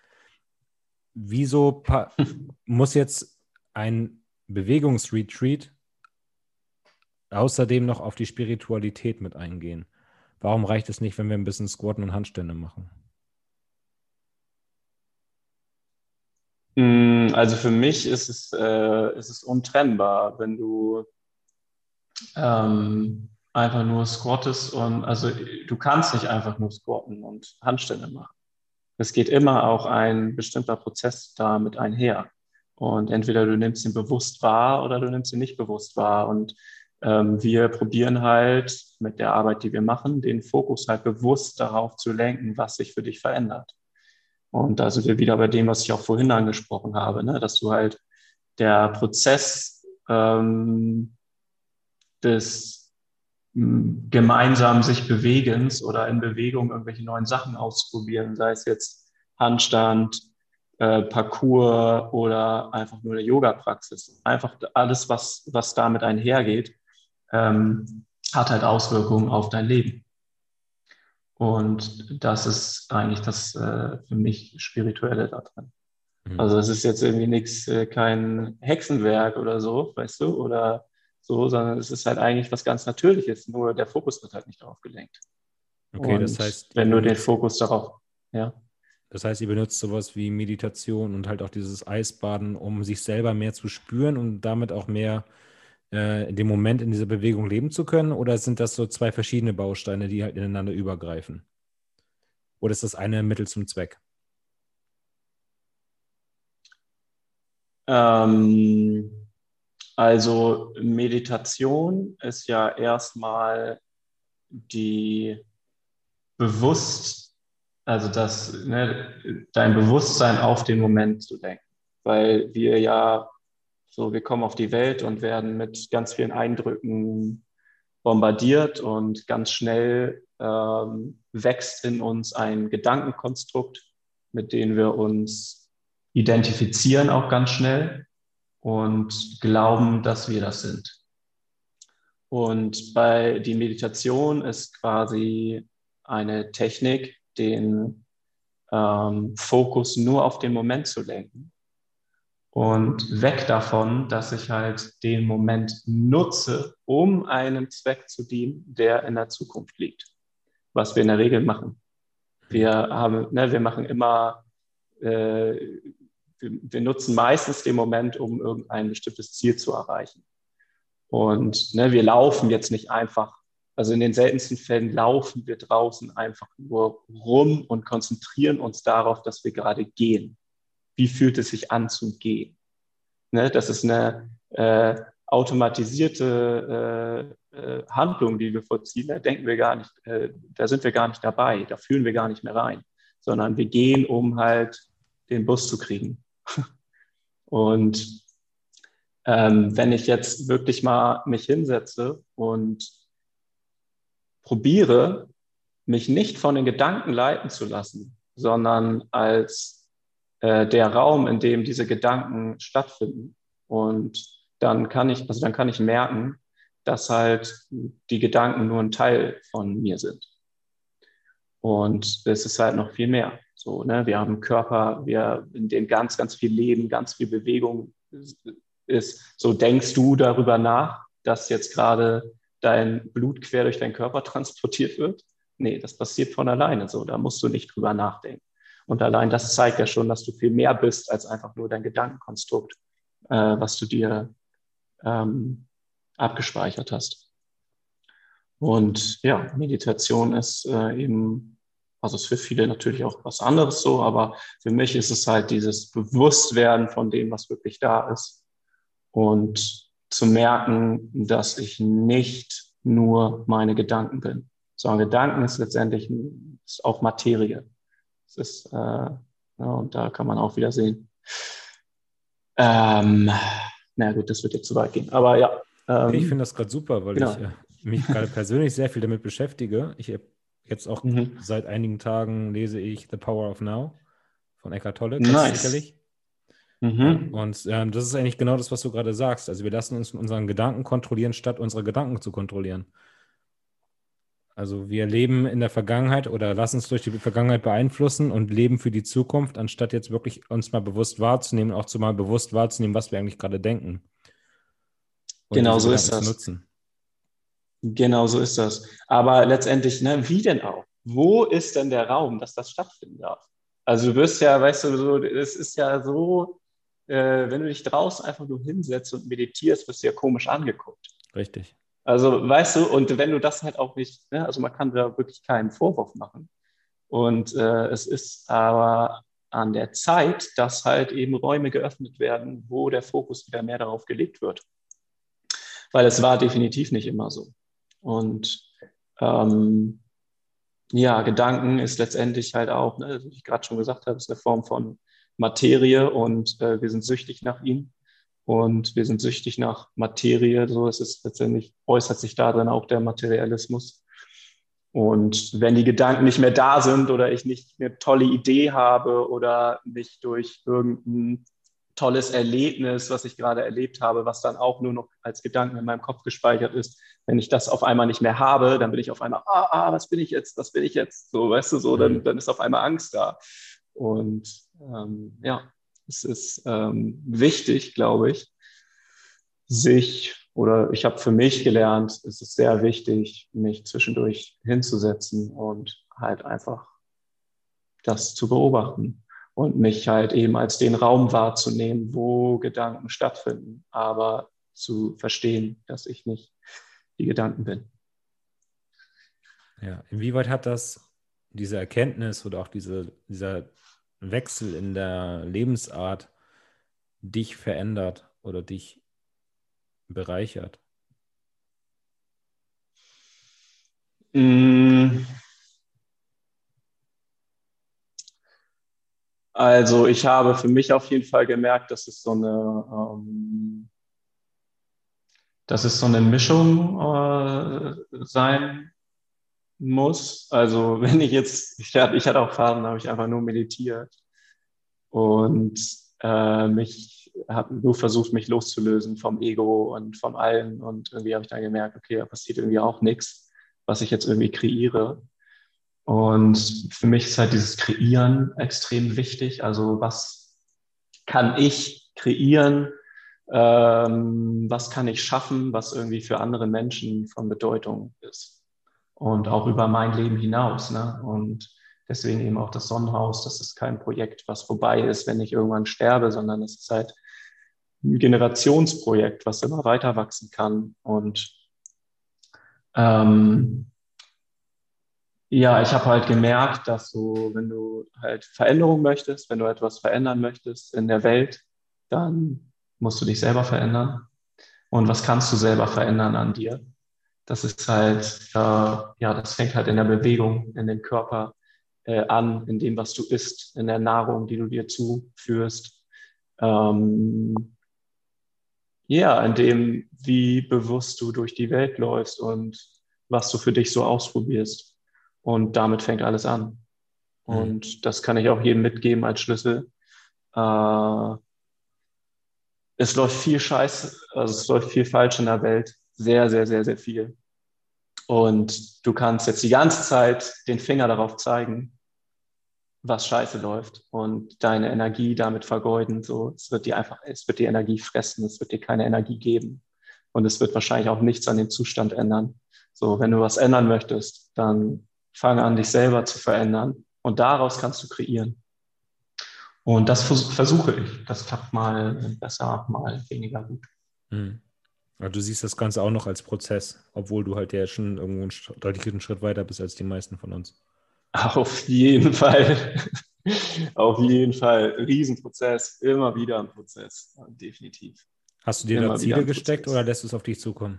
wieso pa- muss jetzt ein Bewegungsretreat außerdem noch auf die Spiritualität mit eingehen? Warum reicht es nicht, wenn wir ein bisschen Squatten und Handstände machen? Also für mich ist es, äh, ist es untrennbar, wenn du ähm, einfach nur squattest und also du kannst nicht einfach nur squatten und Handstände machen. Es geht immer auch ein bestimmter Prozess damit einher. Und entweder du nimmst ihn bewusst wahr oder du nimmst ihn nicht bewusst wahr. Und ähm, wir probieren halt mit der Arbeit, die wir machen, den Fokus halt bewusst darauf zu lenken, was sich für dich verändert. Und da sind wir wieder bei dem, was ich auch vorhin angesprochen habe, ne? Dass du halt der Prozess ähm, des mh, gemeinsam sich Bewegens oder in Bewegung irgendwelche neuen Sachen ausprobieren, sei es jetzt Handstand, äh, Parkour oder einfach nur eine Yoga-Praxis. Einfach alles, was, was damit einhergeht, ähm, hat halt Auswirkungen auf dein Leben. Und das ist eigentlich das äh, für mich Spirituelle da drin. Mhm. Also es ist jetzt irgendwie nichts, äh, kein Hexenwerk oder so, weißt du, oder so, sondern es ist halt eigentlich was ganz Natürliches, nur der Fokus wird halt nicht darauf gelenkt. Okay, das Und heißt, ihr wenn du den benutzt, Fokus darauf, ja. das heißt, ihr benutzt sowas wie Meditation und halt auch dieses Eisbaden, um sich selber mehr zu spüren und damit auch mehr äh, in dem Moment in dieser Bewegung leben zu können? Oder sind das so zwei verschiedene Bausteine, die halt ineinander übergreifen? Oder ist das eine Mittel zum Zweck? Ähm, also Meditation ist ja erstmal die bewusst, also das, ne, dein Bewusstsein auf den Moment zu lenken. Weil wir ja so, wir kommen auf die Welt und werden mit ganz vielen Eindrücken bombardiert und ganz schnell ähm, wächst in uns ein Gedankenkonstrukt, mit dem wir uns identifizieren auch ganz schnell und glauben, dass wir das sind. Und bei die Meditation ist quasi eine Technik, den ähm, Fokus nur auf den Moment zu lenken und weg davon, dass ich halt den Moment nutze, um einem Zweck zu dienen, der in der Zukunft liegt, was wir in der Regel machen. Wir haben, ne, wir machen immer, äh, wir, wir nutzen meistens den Moment, um irgendein bestimmtes Ziel zu erreichen. Und ne, wir laufen jetzt nicht einfach, also in den seltensten Fällen laufen wir draußen einfach nur rum und konzentrieren uns darauf, dass wir gerade gehen. Wie fühlt es sich an zu gehen? Ne, das ist eine, äh, automatisierte äh, äh, Handlungen, die wir vollziehen, da denken wir gar nicht, äh, da sind wir gar nicht dabei, da fühlen wir gar nicht mehr rein, sondern wir gehen, um halt den Bus zu kriegen. Und ähm, wenn ich jetzt wirklich mal mich hinsetze und probiere, mich nicht von den Gedanken leiten zu lassen, sondern als äh, der Raum, in dem diese Gedanken stattfinden. Und dann kann ich, also dann kann ich merken, dass halt die Gedanken nur ein Teil von mir sind. Und es ist halt noch viel mehr. So, ne? Wir haben einen Körper, wir, in dem ganz, ganz viel Leben, ganz viel Bewegung ist. So denkst du darüber nach, dass jetzt gerade dein Blut quer durch deinen Körper transportiert wird? Nee, das passiert von alleine so. Da musst du nicht drüber nachdenken. Und allein das zeigt ja schon, dass du viel mehr bist als einfach nur dein Gedankenkonstrukt, äh, was du dir ähm, abgespeichert hast. Und ja, Meditation ist äh, eben, also ist für viele natürlich auch was anderes so, aber für mich ist es halt dieses Bewusstwerden von dem, was wirklich da ist. Und zu merken, dass ich nicht nur meine Gedanken bin, sondern Gedanken ist letztendlich ist auch Materie. Es ist, äh, ja, und da kann man auch wieder sehen. Ähm, na gut, das wird jetzt zu weit gehen. Aber ja. Ähm, ich finde das gerade super, weil genau. ich äh, mich gerade persönlich sehr viel damit beschäftige. Ich habe jetzt auch Mhm. seit einigen Tagen lese ich The Power of Now von Eckhart Tolle. Kennst du Nice. sicherlich. Mhm. Ja, und ähm, das ist eigentlich genau das, was du gerade sagst. Also wir lassen uns von unseren Gedanken kontrollieren, statt unsere Gedanken zu kontrollieren. Also wir leben in der Vergangenheit oder lassen uns durch die Vergangenheit beeinflussen und leben für die Zukunft, anstatt jetzt wirklich uns mal bewusst wahrzunehmen, auch zu mal bewusst wahrzunehmen, was wir eigentlich gerade denken. Und Genau diese so Gedanken ist das. zu nutzen. Genau so ist das. Aber letztendlich, ne, wie denn auch? Wo ist denn der Raum, dass das stattfinden darf? Also du wirst ja, weißt du, so, es ist ja so, äh, wenn du dich draußen einfach nur hinsetzt und meditierst, wirst du ja komisch angeguckt. Richtig. Also weißt du, und wenn du das halt auch nicht, ne, also man kann da wirklich keinen Vorwurf machen. Und äh, es ist aber an der Zeit, dass halt eben Räume geöffnet werden, wo der Fokus wieder mehr darauf gelegt wird. Weil es war definitiv nicht immer so. Und ähm, ja, Gedanken ist letztendlich halt auch, ne, wie ich gerade schon gesagt habe, ist eine Form von Materie und äh, wir sind süchtig nach ihm. Und wir sind süchtig nach Materie. So ist es letztendlich, äußert sich darin auch der Materialismus. Und wenn die Gedanken nicht mehr da sind oder ich nicht eine tolle Idee habe oder nicht durch irgendein tolles Erlebnis, was ich gerade erlebt habe, was dann auch nur noch als Gedanken in meinem Kopf gespeichert ist, wenn ich das auf einmal nicht mehr habe, dann bin ich auf einmal, ah, ah, was bin ich jetzt, was bin ich jetzt, so, weißt du, so, dann, dann ist auf einmal Angst da. Und ähm, ja, es ist ähm, wichtig, glaube ich, sich, oder ich habe für mich gelernt, es ist sehr wichtig, mich zwischendurch hinzusetzen und halt einfach das zu beobachten und mich halt eben als den Raum wahrzunehmen, wo Gedanken stattfinden, aber zu verstehen, dass ich nicht die Gedanken bin. Ja, inwieweit hat das, diese Erkenntnis oder auch diese, dieser Wechsel in der Lebensart dich verändert oder dich bereichert? Also ich habe für mich auf jeden Fall gemerkt, dass es so eine, ähm, dass es so eine Mischung äh, sein muss. Also wenn ich jetzt, ich hatte, ich hatte auch Phasen, da habe ich einfach nur meditiert und äh, mich habe nur versucht, mich loszulösen vom Ego und von allem. Und irgendwie habe ich dann gemerkt, okay, da passiert irgendwie auch nichts, was ich jetzt irgendwie kreiere. Und für mich ist halt dieses Kreieren extrem wichtig. Also was kann ich kreieren? Ähm, was kann ich schaffen, was irgendwie für andere Menschen von Bedeutung ist? Und auch über mein Leben hinaus. Ne? Und deswegen eben auch das Sonnenhaus. Das ist kein Projekt, was vorbei ist, wenn ich irgendwann sterbe, sondern es ist halt ein Generationsprojekt, was immer weiter wachsen kann. Und ähm, ja, ich habe halt gemerkt, dass du, wenn du halt Veränderung möchtest, wenn du etwas verändern möchtest in der Welt, dann musst du dich selber verändern. und was kannst du selber verändern an dir. Das ist halt, äh, ja, das fängt halt in der Bewegung, in dem Körper äh, an, in dem, was du isst, in der Nahrung, die du dir zuführst. Ähm, ja, in dem, wie bewusst du durch die Welt läufst und was du für dich so ausprobierst. Und damit fängt alles an. Und mhm. das kann ich auch jedem mitgeben als Schlüssel. Äh, es läuft viel Scheiß, also es läuft viel falsch in der Welt. Sehr, sehr, sehr, sehr viel. Und du kannst jetzt die ganze Zeit den Finger darauf zeigen, was scheiße läuft und deine Energie damit vergeuden. So, es wird dir einfach, es wird dir Energie fressen, es wird dir keine Energie geben. Und es wird wahrscheinlich auch nichts an dem Zustand ändern. So, wenn du was ändern möchtest, dann fang an, dich selber zu verändern. Und daraus kannst du kreieren. Und das vers- versuche ich. Das klappt mal besser, mal weniger gut. Mhm. Also du siehst das Ganze auch noch als Prozess, obwohl du halt ja schon irgendwo einen sch- deutlichen Schritt weiter bist als die meisten von uns. Auf jeden Fall. Auf jeden Fall. Riesenprozess. Immer wieder ein Prozess. Definitiv. Hast du dir Immer da wieder Ziele ein gesteckt Prozess. oder lässt es auf dich zukommen?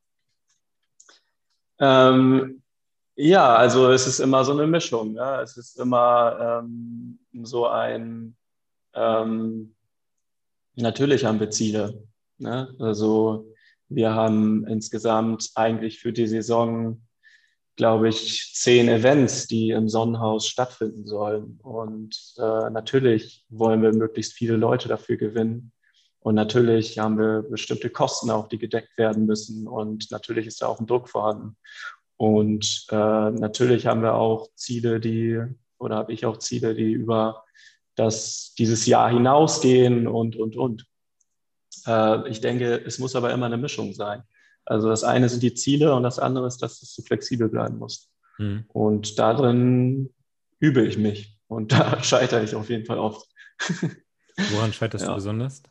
Ähm, ja, also es ist immer so eine Mischung. Ja? Es ist immer ähm, so ein, ähm, natürlich haben wir Ziele. Ne? Also wir haben insgesamt eigentlich für die Saison, glaube ich, zehn Events, die im Sonnenhaus stattfinden sollen. Und äh, natürlich wollen wir möglichst viele Leute dafür gewinnen. Und natürlich haben wir bestimmte Kosten auch, die gedeckt werden müssen. Und natürlich ist da auch ein Druck vorhanden. Und äh, natürlich haben wir auch Ziele, die, oder habe ich auch Ziele, die über das, dieses Jahr hinausgehen und, und, und. Äh, ich denke, es muss aber immer eine Mischung sein. Also das eine sind die Ziele und das andere ist, dass du flexibel bleiben musst. Mhm. Und darin übe ich mich. Und da scheitere ich auf jeden Fall oft. Woran scheiterst du Ja. besonders?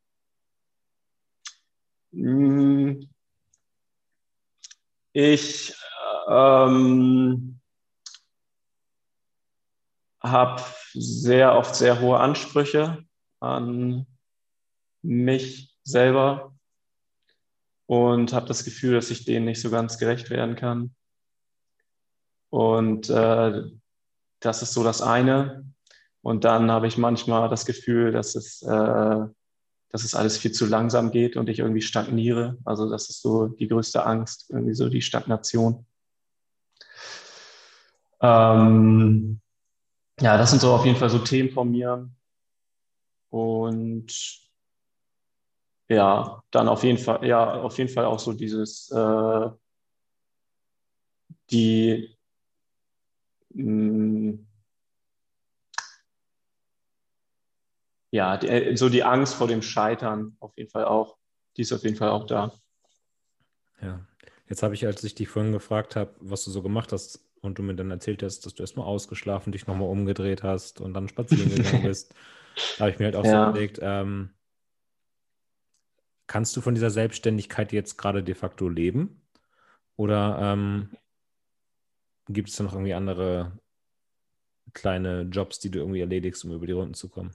Ich ähm, habe sehr oft sehr hohe Ansprüche an mich selber und habe das Gefühl, dass ich denen nicht so ganz gerecht werden kann. Und äh, das ist so das eine. Und dann habe ich manchmal das Gefühl, dass es, äh, dass es alles viel zu langsam geht und ich irgendwie stagniere. Also das ist so die größte Angst, irgendwie so die Stagnation. Ähm, ja, das sind so auf jeden Fall so Themen von mir. Und ja, dann auf jeden Fall, ja, auf jeden Fall auch so dieses, äh, die, mh, ja, die, äh, so die Angst vor dem Scheitern auf jeden Fall auch. Die ist auf jeden Fall auch da. Ja, jetzt habe ich, als ich dich vorhin gefragt habe, was du so gemacht hast und du mir dann erzählt hast, dass du erstmal ausgeschlafen, dich nochmal umgedreht hast und dann spazieren gegangen bist, da habe ich mir halt auch so Ja. überlegt, ähm, kannst du von dieser Selbstständigkeit jetzt gerade de facto leben? Oder ähm, gibt es da noch irgendwie andere kleine Jobs, die du irgendwie erledigst, um über die Runden zu kommen?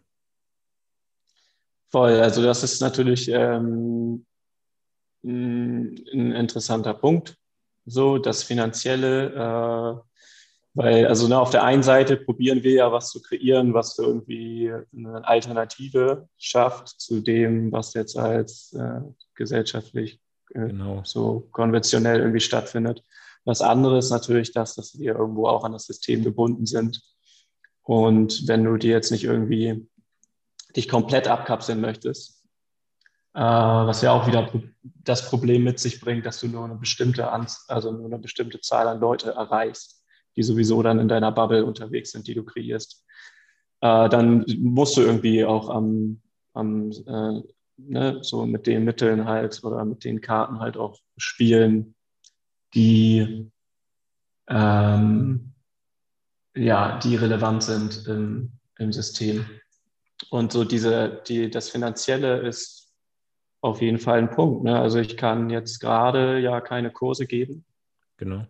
Voll, also das ist natürlich ähm, ein interessanter Punkt. So, das Finanzielle, äh, weil, also ne, auf der einen Seite probieren wir ja was zu kreieren, was irgendwie eine Alternative schafft zu dem, was jetzt als äh, gesellschaftlich äh, Genau. so konventionell irgendwie stattfindet. Das andere ist natürlich das, dass wir irgendwo auch an das System gebunden sind. Und wenn du dir jetzt nicht irgendwie dich komplett abkapseln möchtest, äh, was ja auch wieder das Problem mit sich bringt, dass du nur eine bestimmte, Anz also nur eine bestimmte Zahl an Leute erreichst, die sowieso dann in deiner Bubble unterwegs sind, die du kreierst. Äh, dann musst du irgendwie auch am, am äh, ne, so mit den Mitteln halt oder mit den Karten halt auch spielen, die ähm, ja, die relevant sind im, im System. Und so diese, die, das Finanzielle ist auf jeden Fall ein Punkt. Ne? Also ich kann jetzt gerade ja keine Kurse geben. Genau.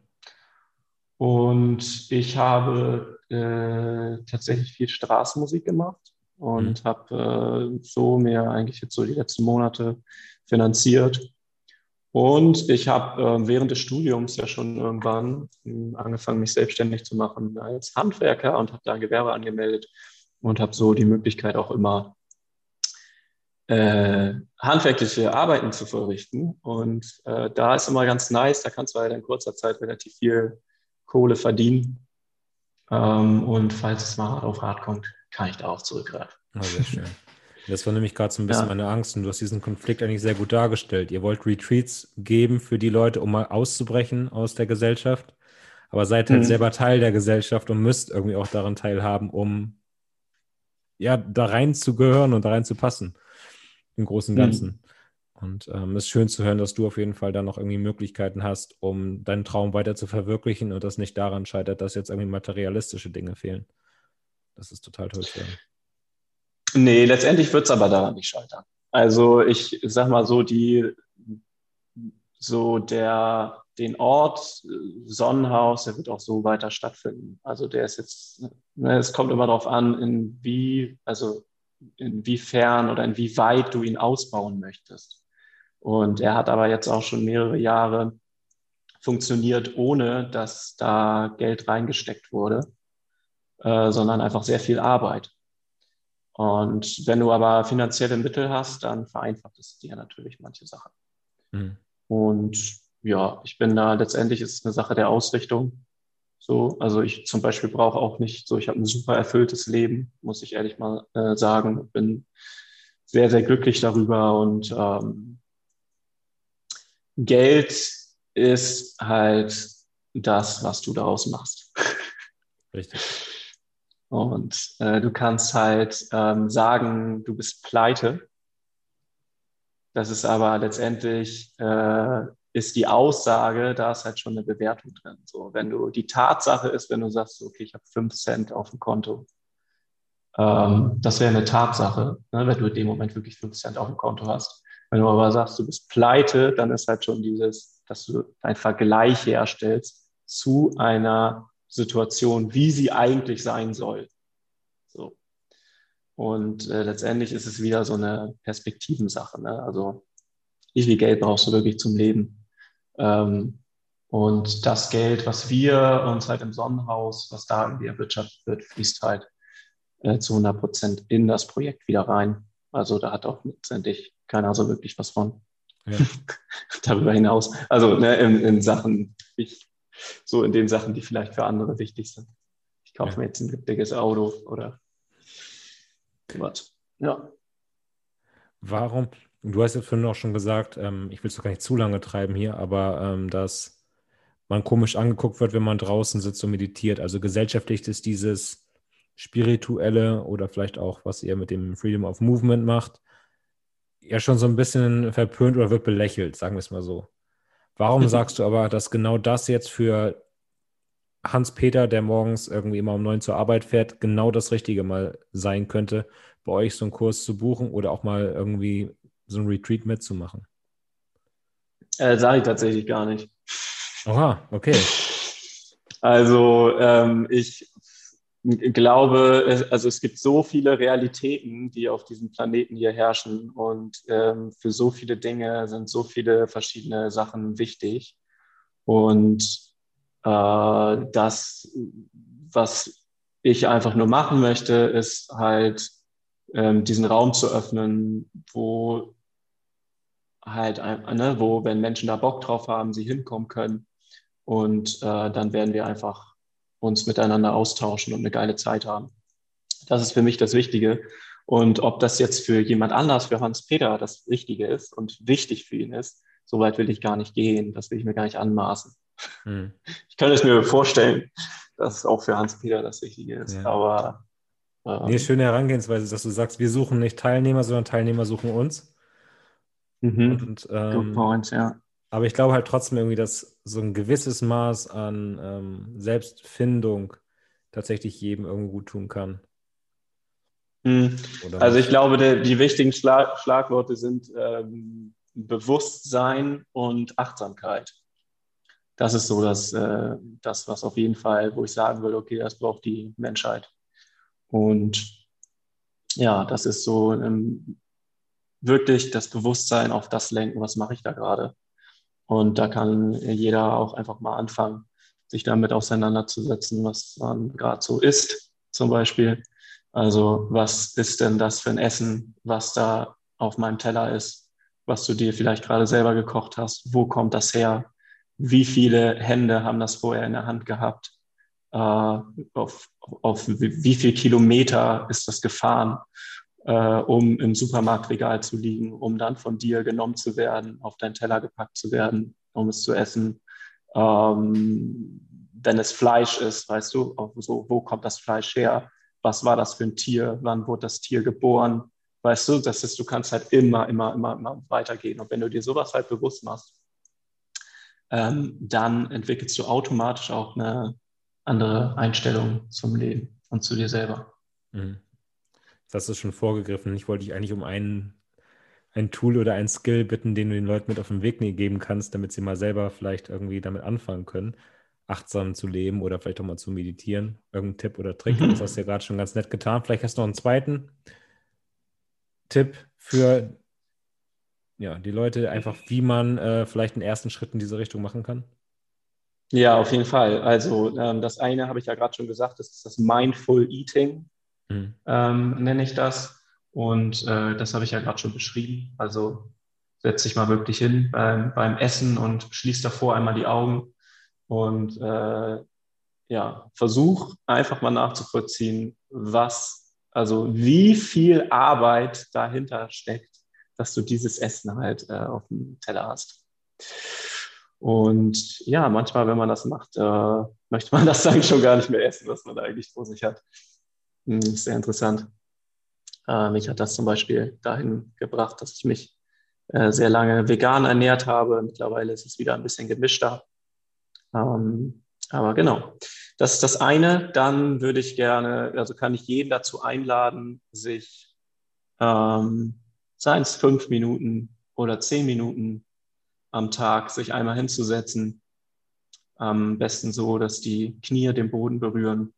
Und ich habe äh, tatsächlich viel Straßenmusik gemacht und Mhm. habe äh, so mir eigentlich jetzt so die letzten Monate finanziert. Und ich habe äh, während des Studiums ja schon irgendwann mh, angefangen, mich selbstständig zu machen als Handwerker und habe da ein Gewerbe angemeldet und habe so die Möglichkeit auch immer äh, handwerkliche Arbeiten zu verrichten. Und äh, da ist immer ganz nice, da kannst du halt in kurzer Zeit relativ viel Kohle verdienen. Ähm, und falls es mal hart auf hart kommt, kann ich darauf zurückgreifen. Ah, sehr schön. Das war nämlich gerade so ein bisschen Ja. meine Angst und du hast diesen Konflikt eigentlich sehr gut dargestellt. Ihr wollt Retreats geben für die Leute, um mal auszubrechen aus der Gesellschaft, aber seid halt Mhm. selber Teil der Gesellschaft und müsst irgendwie auch daran teilhaben, um ja da reinzugehören und da reinzupassen im Großen und Mhm. Ganzen. Und ähm, es ist schön zu hören, dass du auf jeden Fall dann noch irgendwie Möglichkeiten hast, um deinen Traum weiter zu verwirklichen und das nicht daran scheitert, dass jetzt irgendwie materialistische Dinge fehlen. Das ist total toll zu hören. Nee, letztendlich wird es aber daran nicht scheitern. Also ich sag mal so, die so der den Ort äh, Sonnenhaus, der wird auch so weiter stattfinden. Also der ist jetzt, ne, es kommt immer darauf an, in wie, also inwiefern oder inwieweit du ihn ausbauen möchtest. Und er hat aber jetzt auch schon mehrere Jahre funktioniert, ohne dass da Geld reingesteckt wurde, äh, sondern einfach sehr viel Arbeit. Und wenn du aber finanzielle Mittel hast, dann vereinfacht es dir natürlich manche Sachen. Mhm. Und ja, ich bin da, letztendlich ist es eine Sache der Ausrichtung. So, also ich zum Beispiel brauche auch nicht so, ich habe ein super erfülltes Leben, muss ich ehrlich mal äh, sagen. Bin sehr, sehr glücklich darüber und ähm, Geld ist halt das, was du daraus machst. Richtig. Und äh, du kannst halt ähm, sagen, du bist pleite. Das ist aber letztendlich, äh, ist die Aussage, da ist halt schon eine Bewertung drin. So, wenn du, die Tatsache ist, wenn du sagst, okay, ich habe fünf Cent auf dem Konto, ähm, das wäre eine Tatsache, ne, wenn du in dem Moment wirklich fünf Cent auf dem Konto hast. Wenn du aber sagst, du bist pleite, dann ist halt schon dieses, dass du einen Vergleich herstellst zu einer Situation, wie sie eigentlich sein soll. So. Und äh, letztendlich ist es wieder so eine Perspektivensache. Ne? Also wie viel Geld brauchst du wirklich zum Leben? Ähm, und das Geld, was wir uns halt im Sonnenhaus, was da irgendwie erwirtschaftet wird, fließt halt äh, zu hundert Prozent in das Projekt wieder rein. Also da hat auch letztendlich keiner so wirklich was von. Ja. Darüber hinaus. Also ne, in, in Sachen, ich, so in den Sachen, die vielleicht für andere wichtig sind. Ich kaufe Ja. mir jetzt ein dickes Auto oder was. Ja. Warum? Du hast jetzt vorhin auch schon gesagt, ähm, ich will es doch gar nicht zu lange treiben hier, aber ähm, dass man komisch angeguckt wird, wenn man draußen sitzt und meditiert. Also gesellschaftlich ist dieses Spirituelle oder vielleicht auch, was ihr mit dem Freedom of Movement macht, ja schon so ein bisschen verpönt oder wird belächelt, sagen wir es mal so. Warum sagst du aber, dass genau das jetzt für Hans-Peter, der morgens irgendwie immer um neun zur Arbeit fährt, genau das Richtige mal sein könnte, bei euch so einen Kurs zu buchen oder auch mal irgendwie so ein Retreat mitzumachen? Äh, sage ich tatsächlich gar nicht. Oha, okay. Also ähm, ich glaube, es, also es gibt so viele Realitäten, die auf diesem Planeten hier herrschen und ähm, für so viele Dinge sind so viele verschiedene Sachen wichtig. Und äh, das, was ich einfach nur machen möchte, ist halt ähm, diesen Raum zu öffnen, wo halt, ne, wo, wenn Menschen da Bock drauf haben, sie hinkommen können. Und äh, dann werden wir einfach uns miteinander austauschen und eine geile Zeit haben. Das ist für mich das Wichtige. Und ob das jetzt für jemand anders, für Hans-Peter, das Wichtige ist und wichtig für ihn ist, so weit will ich gar nicht gehen. Das will ich mir gar nicht anmaßen. Hm. Ich kann es mir vorstellen, dass es auch für Hans-Peter das Wichtige ist. Ja. Aber Nee, ähm, schöne Herangehensweise, dass du sagst, wir suchen nicht Teilnehmer, sondern Teilnehmer suchen uns. Und, mhm. und Good ähm, point, ja. aber ich glaube halt trotzdem irgendwie, dass so ein gewisses Maß an ähm, Selbstfindung tatsächlich jedem irgendwo gut tun kann Mhm. oder Also ich muss. glaube, der, die wichtigen Schlag, Schlagworte sind ähm, Bewusstsein und Achtsamkeit. Das ist so das, äh, das, was auf jeden Fall, wo ich sagen würde, okay, das braucht die Menschheit. Und ja, das ist so ähm, wirklich das Bewusstsein auf das lenken, was mache ich da gerade. Und da kann jeder auch einfach mal anfangen, sich damit auseinanderzusetzen, was man gerade so isst, zum Beispiel. Also was ist denn das für ein Essen, was da auf meinem Teller ist, was du dir vielleicht gerade selber gekocht hast? Wo kommt das her? Wie viele Hände haben das vorher in der Hand gehabt? Äh, auf, auf wie viel Kilometer ist das gefahren, äh, um im Supermarktregal zu liegen, um dann von dir genommen zu werden, auf deinen Teller gepackt zu werden, um es zu essen? Ähm, wenn es Fleisch ist, weißt du, auch so, wo kommt das Fleisch her? Was war das für ein Tier? Wann wurde das Tier geboren? Weißt du, das ist, du kannst halt immer, immer, immer, immer weitergehen. Und wenn du dir sowas halt bewusst machst, ähm, dann entwickelst du automatisch auch eine andere Einstellung zum Leben und zu dir selber. Mhm. Das hast du schon vorgegriffen. Ich wollte dich eigentlich um einen, ein Tool oder ein Skill bitten, den du den Leuten mit auf den Weg geben kannst, damit sie mal selber vielleicht irgendwie damit anfangen können, achtsam zu leben oder vielleicht auch mal zu meditieren. Irgendein Tipp oder Trick. Das hast du ja gerade schon ganz nett getan. Vielleicht hast du noch einen zweiten Tipp für ja, die Leute, einfach wie man äh, vielleicht einen ersten Schritt in diese Richtung machen kann. Ja, auf jeden Fall. Also ähm, das eine habe ich ja gerade schon gesagt, das ist das Mindful Eating, Mhm. ähm, nenne ich das. Und äh, das habe ich ja gerade schon beschrieben. Also setz dich mal wirklich hin beim, beim Essen und schließ davor einmal die Augen und äh, ja, versuch einfach mal nachzuvollziehen, was, also wie viel Arbeit dahinter steckt, dass du dieses Essen halt äh, auf dem Teller hast. Und ja, manchmal, wenn man das macht, äh, möchte man das dann schon gar nicht mehr essen, was man da eigentlich vor sich hat. Hm, ist sehr interessant. Äh, mich hat das zum Beispiel dahin gebracht, dass ich mich äh, sehr lange vegan ernährt habe. Mittlerweile ist es wieder ein bisschen gemischter. Ähm, aber genau, das ist das eine. Dann würde ich gerne, also kann ich jeden dazu einladen, sich ähm, seien es fünf Minuten oder zehn Minuten am Tag, sich einmal hinzusetzen. Am besten so, dass die Knie den Boden berühren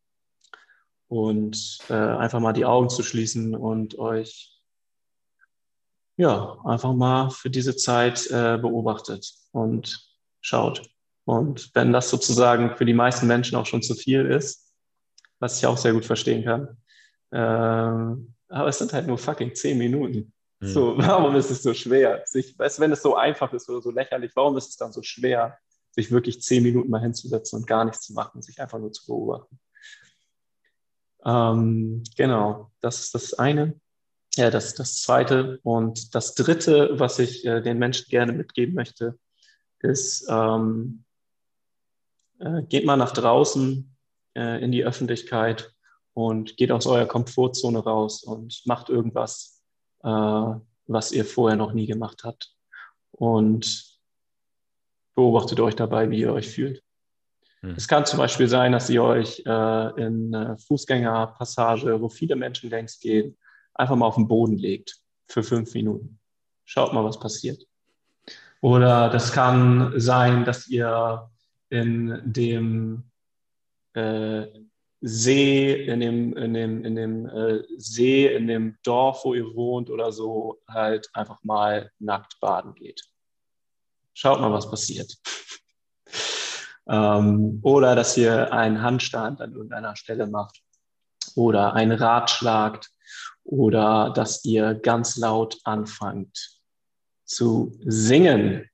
und äh, einfach mal die Augen zu schließen und euch ja einfach mal für diese Zeit äh, beobachtet und schaut. Und wenn das sozusagen für die meisten Menschen auch schon zu viel ist, was ich auch sehr gut verstehen kann, äh, aber es sind halt nur fucking zehn Minuten. Mhm. So, warum ist es so schwer? Sich, weißt, wenn es so einfach ist oder so lächerlich, warum ist es dann so schwer, sich wirklich zehn Minuten mal hinzusetzen und gar nichts zu machen, sich einfach nur zu beobachten? Ähm, genau, das ist das eine. Ja, das ist das zweite. Und das dritte, was ich äh, den Menschen gerne mitgeben möchte, ist, ähm, äh, geht mal nach draußen äh, in die Öffentlichkeit und geht aus eurer Komfortzone raus und macht irgendwas, äh, was ihr vorher noch nie gemacht habt. Und beobachtet euch dabei, wie ihr euch fühlt. Mhm. Es kann zum Beispiel sein, dass ihr euch äh, in eine Fußgängerpassage, wo viele Menschen längs gehen, einfach mal auf den Boden legt für fünf Minuten. Schaut mal, was passiert. Oder das kann sein, dass ihr in dem äh, See, in dem, in dem, in dem äh, See, in dem Dorf, wo ihr wohnt oder so, halt einfach mal nackt baden geht. Schaut mal, was passiert. ähm, oder dass ihr einen Handstand an irgendeiner Stelle macht oder einen Rad schlagt oder dass ihr ganz laut anfangt zu singen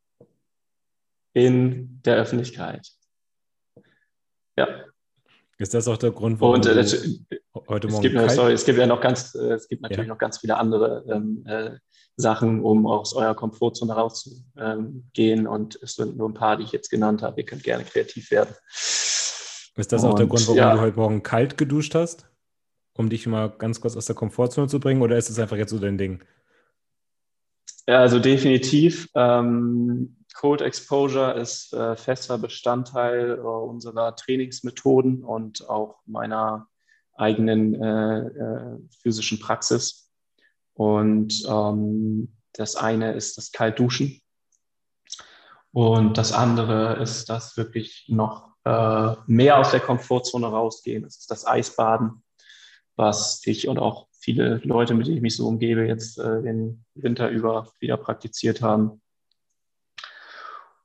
in der Öffentlichkeit. Ja. Ist das auch der Grund, warum Und äh, du das, heute es Morgen gibt, kalt... sorry, es gibt ja noch ganz, äh, es gibt natürlich Ja. noch ganz viele andere ähm, äh, Sachen, um aus eurer Komfortzone rauszugehen. Ähm, und es sind nur ein paar, die ich jetzt genannt habe. Ihr könnt gerne kreativ werden. Ist das und, auch der Grund, warum ja, du heute Morgen kalt geduscht hast? Um dich mal ganz kurz aus der Komfortzone zu bringen? Oder ist es einfach jetzt so dein Ding? Ja, also definitiv. Ähm, Cold Exposure ist äh, fester Bestandteil äh, unserer Trainingsmethoden und auch meiner eigenen äh, äh, physischen Praxis. Und ähm, das eine ist das Kaltduschen und das andere ist das wirklich noch äh, mehr aus der Komfortzone rausgehen. Das ist das Eisbaden, was ich und auch viele Leute, mit denen ich mich so umgebe, jetzt äh, den Winter über wieder praktiziert haben.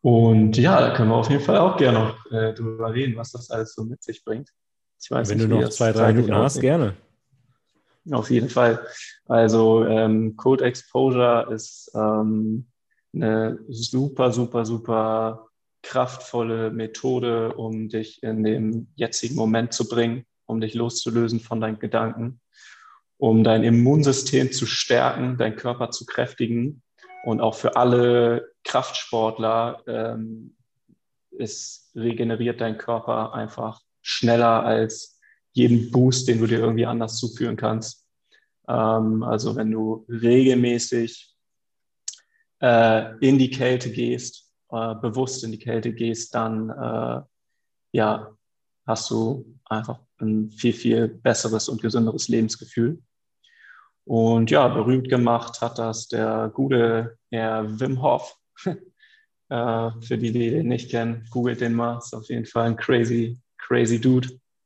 Und ja, da können wir auf jeden Fall auch gerne noch äh, drüber reden, was das alles so mit sich bringt. Ich weiß Wenn nicht, du wie noch das zwei, drei zeitlich Minuten hast, aussieht. gerne. Auf jeden Fall. Also ähm, Cold Exposure ist ähm, eine super, super, super kraftvolle Methode, um dich in den jetzigen Moment zu bringen, um dich loszulösen von deinen Gedanken, um dein Immunsystem zu stärken, deinen Körper zu kräftigen. Und auch für alle Kraftsportler ähm, es regeneriert dein Körper einfach schneller als jeden Boost, den du dir irgendwie anders zuführen kannst. Ähm, also wenn du regelmäßig äh, in die Kälte gehst, äh, bewusst in die Kälte gehst, dann äh, ja, hast du einfach ein viel, viel besseres und gesünderes Lebensgefühl. Und ja, berühmt gemacht hat das der gute Herr Wim Hof. Äh, für die, die den nicht kennen, googelt den mal. Ist auf jeden Fall ein crazy, crazy Dude.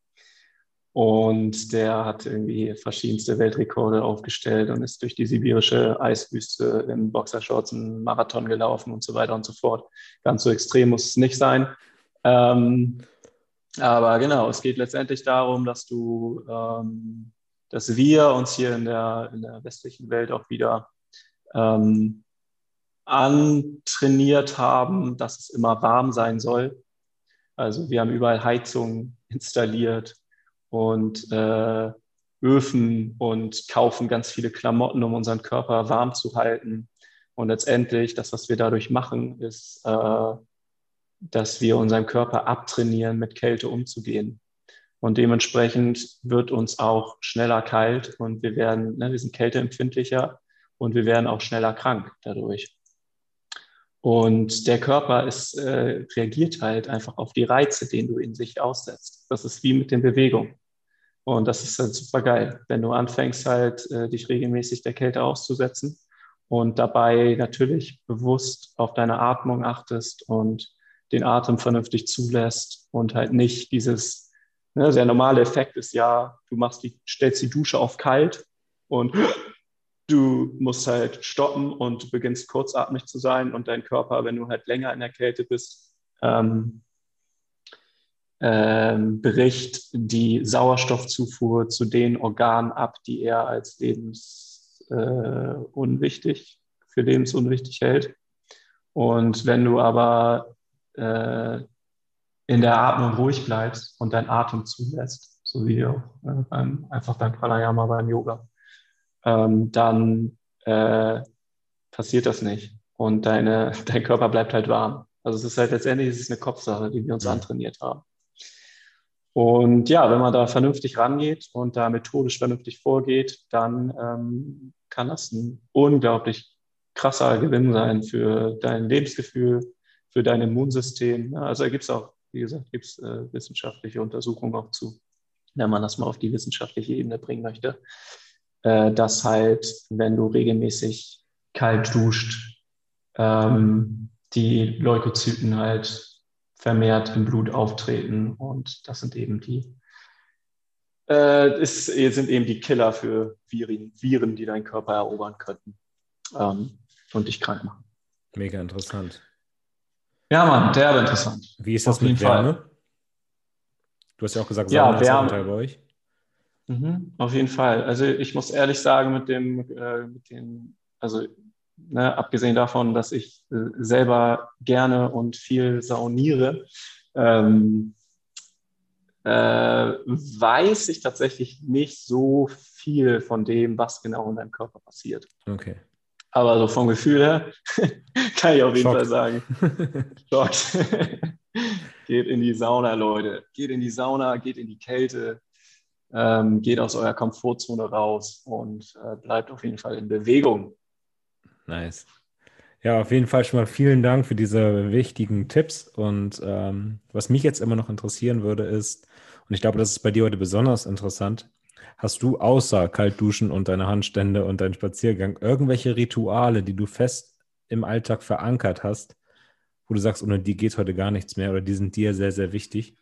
Und der hat irgendwie verschiedenste Weltrekorde aufgestellt und ist durch die sibirische Eiswüste in Boxershorts einen Marathon gelaufen und so weiter und so fort. Ganz so extrem muss es nicht sein. Ähm, aber genau, es geht letztendlich darum, dass du, ähm, dass wir uns hier in der, in der westlichen Welt auch wieder ähm, antrainiert haben, dass es immer warm sein soll. Also wir haben überall Heizungen installiert und äh, Öfen und kaufen ganz viele Klamotten, um unseren Körper warm zu halten. Und letztendlich, das, was wir dadurch machen, ist, äh, dass wir unseren Körper abtrainieren, mit Kälte umzugehen. Und dementsprechend wird uns auch schneller kalt und wir werden, ne, wir sind kälteempfindlicher und wir werden auch schneller krank dadurch. Und der Körper ist, äh, reagiert halt einfach auf die Reize, denen du in sich aussetzt. Das ist wie mit den Bewegungen. Und das ist halt super geil, wenn du anfängst halt, äh, dich regelmäßig der Kälte auszusetzen und dabei natürlich bewusst auf deine Atmung achtest und den Atem vernünftig zulässt und halt nicht dieses, ne, der normale Effekt ist ja, du machst die, stellst die Dusche auf kalt und du musst halt stoppen und du beginnst kurzatmig zu sein und dein Körper, wenn du halt länger in der Kälte bist, ähm, ähm, bricht die Sauerstoffzufuhr zu den Organen ab, die er als lebensunwichtig, äh, für lebensunwichtig hält. Und wenn du aber äh, in der Atmung ruhig bleibst und deinen Atem zulässt, so wie auch, äh, beim, einfach beim Pranayama, beim Yoga, ähm, dann äh, passiert das nicht. Und deine, dein Körper bleibt halt warm. Also es ist halt letztendlich es ist eine Kopfsache, die wir uns Mhm. antrainiert haben. Und ja, wenn man da vernünftig rangeht und da methodisch vernünftig vorgeht, dann ähm, kann das ein unglaublich krasser Gewinn sein für dein Lebensgefühl, für dein Immunsystem. Also da gibt es auch, wie gesagt, gibt es äh, wissenschaftliche Untersuchungen auch zu, wenn man das mal auf die wissenschaftliche Ebene bringen möchte, äh, dass halt, wenn du regelmäßig kalt duscht, ähm, die Leukozyten halt vermehrt im Blut auftreten und das sind eben die äh, ist, sind eben die Killer für Viren, Viren, die deinen Körper erobern könnten ähm, und dich krank machen. Mega interessant. Ja, Mann, derbe interessant. Wie ist das Auf jeden mit Wärme? Fall. Du hast ja auch gesagt, Sauna Ja, ist auch ein Teil bei Wärme. euch. Mhm, auf jeden Fall. Also ich muss ehrlich sagen, mit dem, äh, mit den, also ne, abgesehen davon, dass ich äh, selber gerne und viel sauniere, ähm, äh, weiß ich tatsächlich nicht so viel von dem, was genau in deinem Körper passiert. Okay. Aber so vom Gefühl her kann ich auf jeden Fall Schockt. sagen, Schockt. Geht in die Sauna, Leute. Geht in die Sauna, geht in die Kälte, ähm, geht aus eurer Komfortzone raus und äh, bleibt auf jeden Fall in Bewegung. Nice. Ja, auf jeden Fall schon mal vielen Dank für diese wichtigen Tipps. Und ähm, was mich jetzt immer noch interessieren würde, ist, und ich glaube, das ist bei dir heute besonders interessant, hast du außer Kaltduschen und deine Handstände und deinen Spaziergang irgendwelche Rituale, die du fest im Alltag verankert hast, wo du sagst, ohne die geht heute gar nichts mehr oder die sind dir sehr, sehr wichtig?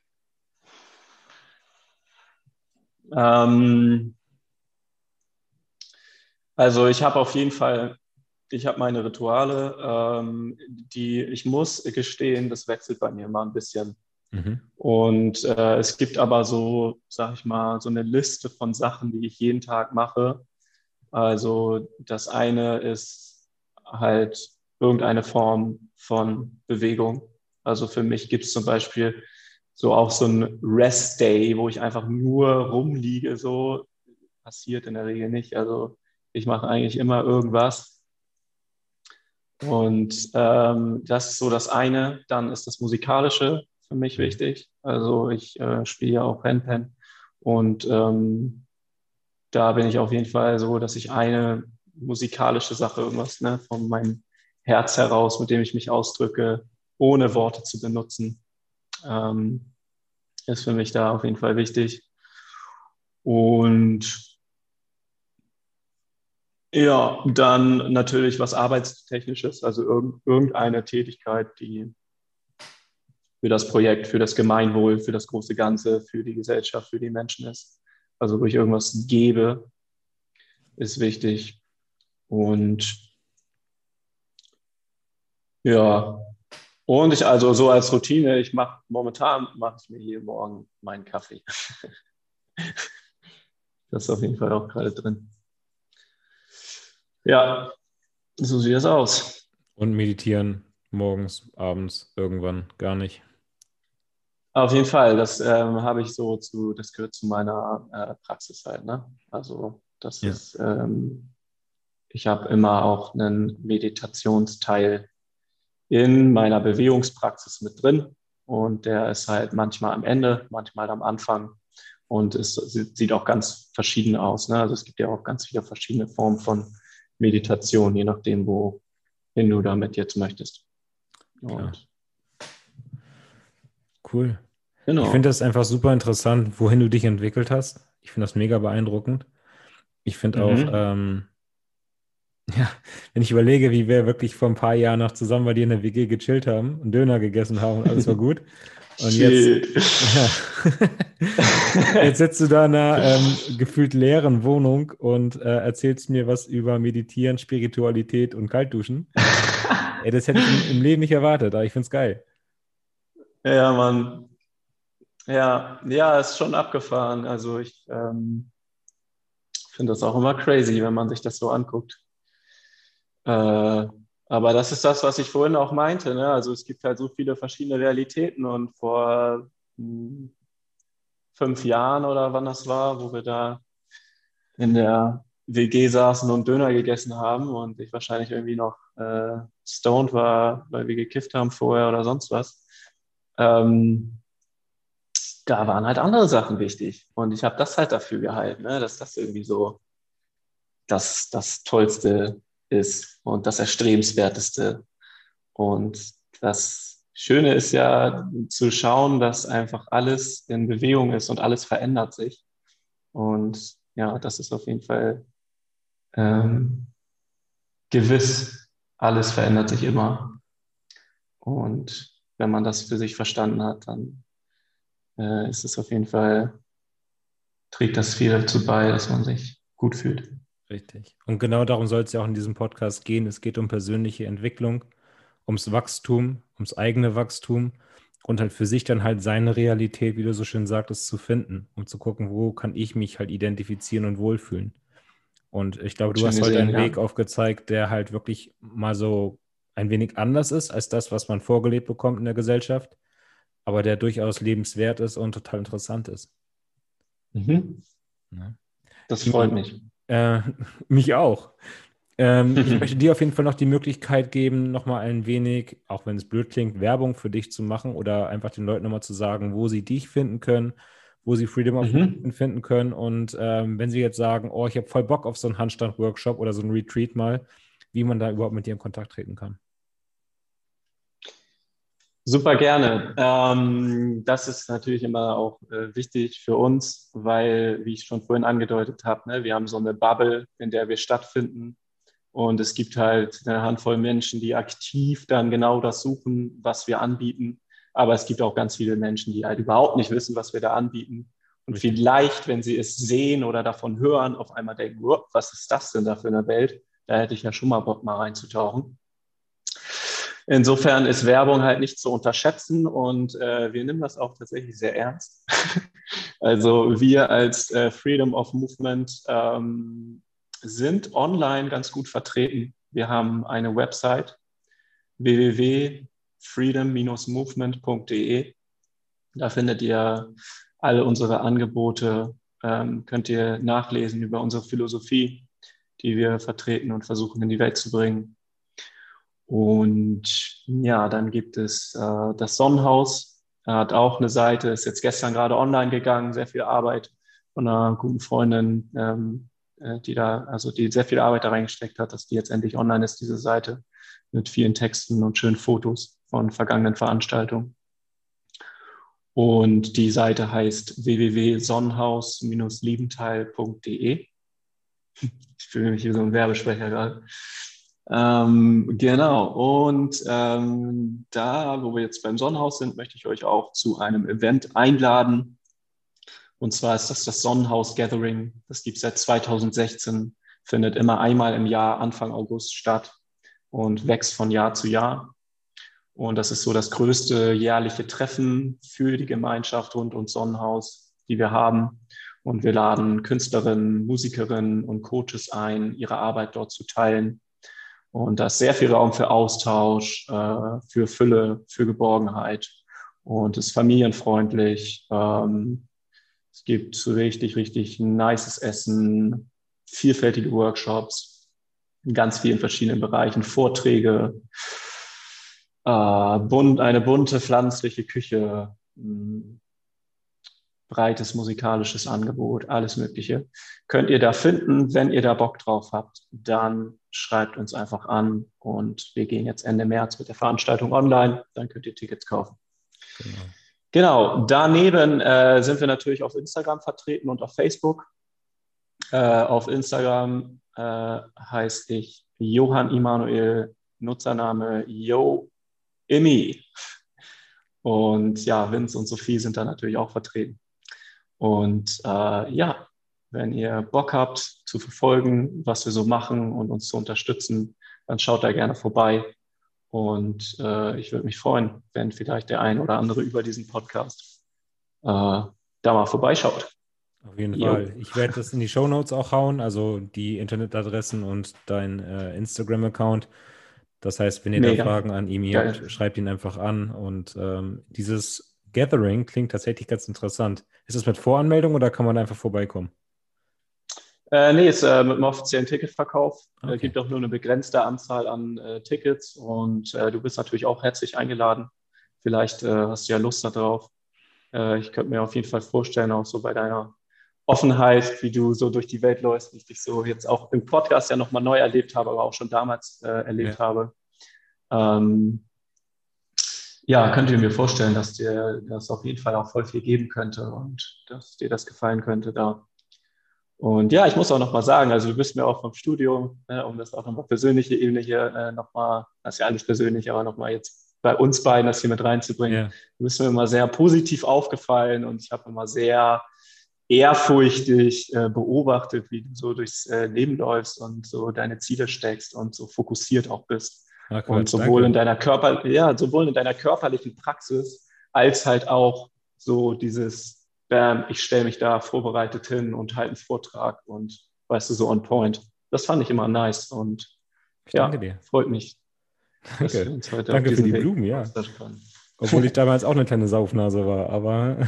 Ähm, also ich habe auf jeden Fall ich habe meine Rituale, ähm, die ich muss gestehen, das wechselt bei mir mal ein bisschen. Mhm. Und äh, es gibt aber so, sag ich mal, so eine Liste von Sachen, die ich jeden Tag mache. Also das eine ist halt irgendeine Form von Bewegung. Also für mich gibt es zum Beispiel so auch so ein Rest-Day, wo ich einfach nur rumliege. So passiert in der Regel nicht. Also ich mache eigentlich immer irgendwas. Und ähm, das ist so das eine. Dann ist das Musikalische für mich wichtig. Also ich äh, spiele ja auch Handpan und ähm, da bin ich auf jeden Fall so, dass ich eine musikalische Sache, irgendwas ne, von meinem Herz heraus, mit dem ich mich ausdrücke, ohne Worte zu benutzen, ähm, ist für mich da auf jeden Fall wichtig. Und ja, dann natürlich was Arbeitstechnisches, also irg- irgendeine Tätigkeit, die für das Projekt, für das Gemeinwohl, für das große Ganze, für die Gesellschaft, für die Menschen ist. Also wo ich irgendwas gebe, ist wichtig. Und ja, und ich also so als Routine, ich mache momentan mache ich mir jeden Morgen meinen Kaffee. Das ist auf jeden Fall auch gerade drin. Ja, so sieht das aus. Und meditieren morgens, abends, irgendwann gar nicht. Auf jeden Fall, das ähm, habe ich so zu, das gehört zu meiner äh, Praxis halt, ne? Also das Ja. ist, ähm, ich habe immer auch einen Meditationsteil in meiner Bewegungspraxis mit drin und der ist halt manchmal am Ende, manchmal am Anfang und es sieht auch ganz verschieden aus, ne? Also es gibt ja auch ganz viele verschiedene Formen von Meditation, je nachdem, wohin du damit jetzt möchtest. Und Cool. genau. Ich finde das einfach super interessant, wohin du dich entwickelt hast. Ich finde das mega beeindruckend. Ich finde Mhm. auch, ähm, ja, wenn ich überlege, wie wir wirklich vor ein paar Jahren noch zusammen bei dir in der W G gechillt haben und Döner gegessen haben und alles war gut. Und jetzt, ja, jetzt sitzt du da in einer ähm, gefühlt leeren Wohnung und äh, erzählst mir was über Meditieren, Spiritualität und Kaltduschen. Ey, das hätte ich im, im Leben nicht erwartet, aber ich finde es geil. Ja, Mann. Ja, ja, ist schon abgefahren. Also ich ähm, finde das auch immer crazy, wenn man sich das so anguckt. Äh, aber das ist das, was ich vorhin auch meinte, ne? Also es gibt halt so viele verschiedene Realitäten und vor mh, fünf Jahren oder wann das war, wo wir da in der W G saßen und Döner gegessen haben und ich wahrscheinlich irgendwie noch äh, stoned war, weil wir gekifft haben vorher oder sonst was. Ähm, da waren halt andere Sachen wichtig. Und ich habe das halt dafür gehalten, ne, dass das irgendwie so das, das Tollste ist und das Erstrebenswerteste. Und das Schöne ist ja zu schauen, dass einfach alles in Bewegung ist und alles verändert sich. Und ja, das ist auf jeden Fall ähm, gewiss. Alles verändert sich immer. Und wenn man das für sich verstanden hat, dann äh, ist es auf jeden Fall, trägt das viel dazu bei, dass man sich gut fühlt. Richtig. Und genau darum soll es ja auch in diesem Podcast gehen. Es geht um persönliche Entwicklung, ums Wachstum, ums eigene Wachstum und halt für sich dann halt seine Realität, wie du so schön sagtest, zu finden, um zu gucken, wo kann ich mich halt identifizieren und wohlfühlen. Und ich glaube, du Schön hast heute gesehen, einen Weg ja. aufgezeigt, der halt wirklich mal so ein wenig anders ist als das, was man vorgelebt bekommt in der Gesellschaft, aber der durchaus lebenswert ist und total interessant ist. Mhm. Ne? Das freut Timo, mich. äh, mich auch. Ähm, ich möchte dir auf jeden Fall noch die Möglichkeit geben, nochmal ein wenig, auch wenn es blöd klingt, Werbung für dich zu machen oder einfach den Leuten nochmal zu sagen, wo sie dich finden können, wo sie Freedom of Mhm. finden können. Und ähm, wenn sie jetzt sagen, oh, ich habe voll Bock auf so einen Handstand-Workshop oder so einen Retreat mal, wie man da überhaupt mit dir in Kontakt treten kann. Super gerne. Ähm, das ist natürlich immer auch äh, wichtig für uns, weil, wie ich schon vorhin angedeutet habe, ne, wir haben so eine Bubble, in der wir stattfinden. Und es gibt halt eine Handvoll Menschen, die aktiv dann genau das suchen, was wir anbieten. Aber es gibt auch ganz viele Menschen, die halt überhaupt nicht wissen, was wir da anbieten. Und Richtig. vielleicht, wenn sie es sehen oder davon hören, auf einmal denken, "Wow, was ist das denn da für eine Welt?" Da hätte ich ja schon mal Bock, mal reinzutauchen. Insofern ist Werbung halt nicht zu unterschätzen und äh, wir nehmen das auch tatsächlich sehr ernst. Also wir als äh, Freedom of Movement ähm, sind online ganz gut vertreten. Wir haben eine Website w w w punkt freedom dash movement punkt d e. Da findet ihr alle unsere Angebote, ähm, könnt ihr nachlesen über unsere Philosophie, die wir vertreten und versuchen in die Welt zu bringen. Und ja, dann gibt es äh, das Sonnenhaus. Er hat auch eine Seite, ist jetzt gestern gerade online gegangen, sehr viel Arbeit von einer guten Freundin, ähm, äh, die da, also die sehr viel Arbeit da reingesteckt hat, dass die jetzt endlich online ist, diese Seite, mit vielen Texten und schönen Fotos von vergangenen Veranstaltungen. Und die Seite heißt w w w punkt sonnenhaus dash liebenthal punkt d e. Ich fühle mich wie so ein Werbesprecher gerade. Ähm, genau, und ähm, da, wo wir jetzt beim Sonnenhaus sind, möchte ich euch auch zu einem Event einladen. Und zwar ist das das Sonnenhaus Gathering. Das gibt es seit zweitausendsechzehn, findet immer einmal im Jahr Anfang August statt und wächst von Jahr zu Jahr. Und das ist so das größte jährliche Treffen für die Gemeinschaft rund ums Sonnenhaus, die wir haben. Und wir laden Künstlerinnen, Musikerinnen und Coaches ein, ihre Arbeit dort zu teilen. Und da ist sehr viel Raum für Austausch, äh, für Fülle, für Geborgenheit. Und es ist familienfreundlich. Ähm, es gibt richtig, richtig nices Essen, vielfältige Workshops in ganz vielen verschiedenen Bereichen, Vorträge, äh, bunt, eine bunte pflanzliche Küche, mh, breites musikalisches Angebot, alles Mögliche. Könnt ihr da finden. Wenn ihr da Bock drauf habt, dann schreibt uns einfach an und wir gehen jetzt Ende März mit der Veranstaltung online. Dann könnt ihr Tickets kaufen. Genau. Genau, daneben äh, sind wir natürlich auf Instagram vertreten und auf Facebook. Äh, auf Instagram äh, heiße ich Johann Immanuel, Nutzername YoImmi. Und ja, Vince und Sophie sind da natürlich auch vertreten. Und äh, ja, wenn ihr Bock habt zu verfolgen, was wir so machen und uns zu unterstützen, dann schaut da gerne vorbei. Und äh, ich würde mich freuen, wenn vielleicht der ein oder andere über diesen Podcast äh, da mal vorbeischaut. Auf jeden Jo. Fall. Ich werde das in die Shownotes auch hauen, also die Internetadressen und dein äh, Instagram-Account. Das heißt, wenn ihr Mega. da Fragen an Imi Geil. habt, schreibt ihn einfach an. Und ähm, dieses Gathering klingt tatsächlich ganz interessant. Ist es mit Voranmeldung oder kann man einfach vorbeikommen? Äh, nee, ist äh, mit einem offiziellen Ticketverkauf. Es Okay. äh, gibt auch nur eine begrenzte Anzahl an äh, Tickets und äh, du bist natürlich auch herzlich eingeladen. Vielleicht äh, hast du ja Lust darauf. Äh, ich könnte mir auf jeden Fall vorstellen, auch so bei deiner Offenheit, wie du so durch die Welt läufst, wie ich dich so jetzt auch im Podcast ja nochmal neu erlebt habe, aber auch schon damals äh, erlebt Ja. habe. Ähm, ja, könnt ihr mir vorstellen, dass dir das auf jeden Fall auch voll viel geben könnte und dass dir das gefallen könnte da. Und ja, ich muss auch nochmal sagen, also du bist mir auch vom Studium, äh, um das auch nochmal persönliche Ebene hier äh, nochmal, das ist ja alles persönlich, aber nochmal jetzt bei uns beiden das hier mit reinzubringen. Ja. Du bist mir immer sehr positiv aufgefallen und ich habe immer sehr ehrfurchtig äh, beobachtet, wie du so durchs äh, Leben läufst und so deine Ziele steckst und so fokussiert auch bist. Ah, Quatsch, Und sowohl danke. in deiner Körper, ja, sowohl in deiner körperlichen Praxis als halt auch so dieses, bam, ich stelle mich da vorbereitet hin und halte einen Vortrag und weißt du, so on point. Das fand ich immer nice und Ich ja, danke dir. freut mich, dass wir Danke. uns heute Danke auf für diesen die Weg Blumen, ja. austauschen können. Obwohl ich damals auch eine kleine Saufnase war, aber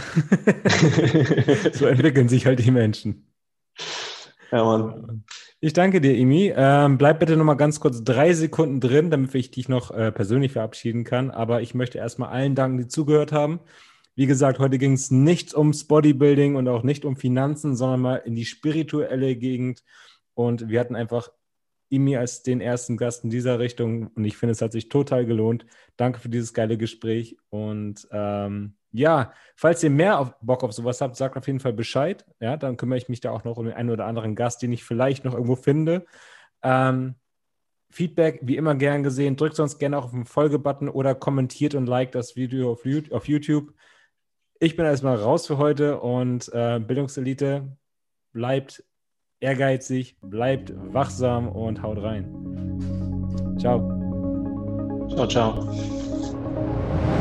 so entwickeln sich halt die Menschen. Ja, Mann. Ich danke dir, Imi. Ähm, bleib bitte noch mal ganz kurz drei Sekunden drin, damit ich dich noch äh, persönlich verabschieden kann. Aber ich möchte erstmal allen danken, die zugehört haben. Wie gesagt, heute ging es nicht ums Bodybuilding und auch nicht um Finanzen, sondern mal in die spirituelle Gegend. Und wir hatten einfach Imi als den ersten Gast in dieser Richtung. Und ich finde, es hat sich total gelohnt. Danke für dieses geile Gespräch. Und ähm, ja, falls ihr mehr auf, Bock auf sowas habt, sagt auf jeden Fall Bescheid. Ja, dann kümmere ich mich da auch noch um den einen oder anderen Gast, den ich vielleicht noch irgendwo finde. Ähm, Feedback, wie immer gern gesehen. Drückt sonst gerne auch auf den Folge-Button oder kommentiert und liked das Video auf, auf YouTube. Ich bin erstmal raus für heute und äh, Bildungselite bleibt ehrgeizig, bleibt wachsam und haut rein. Ciao. Ciao, ciao.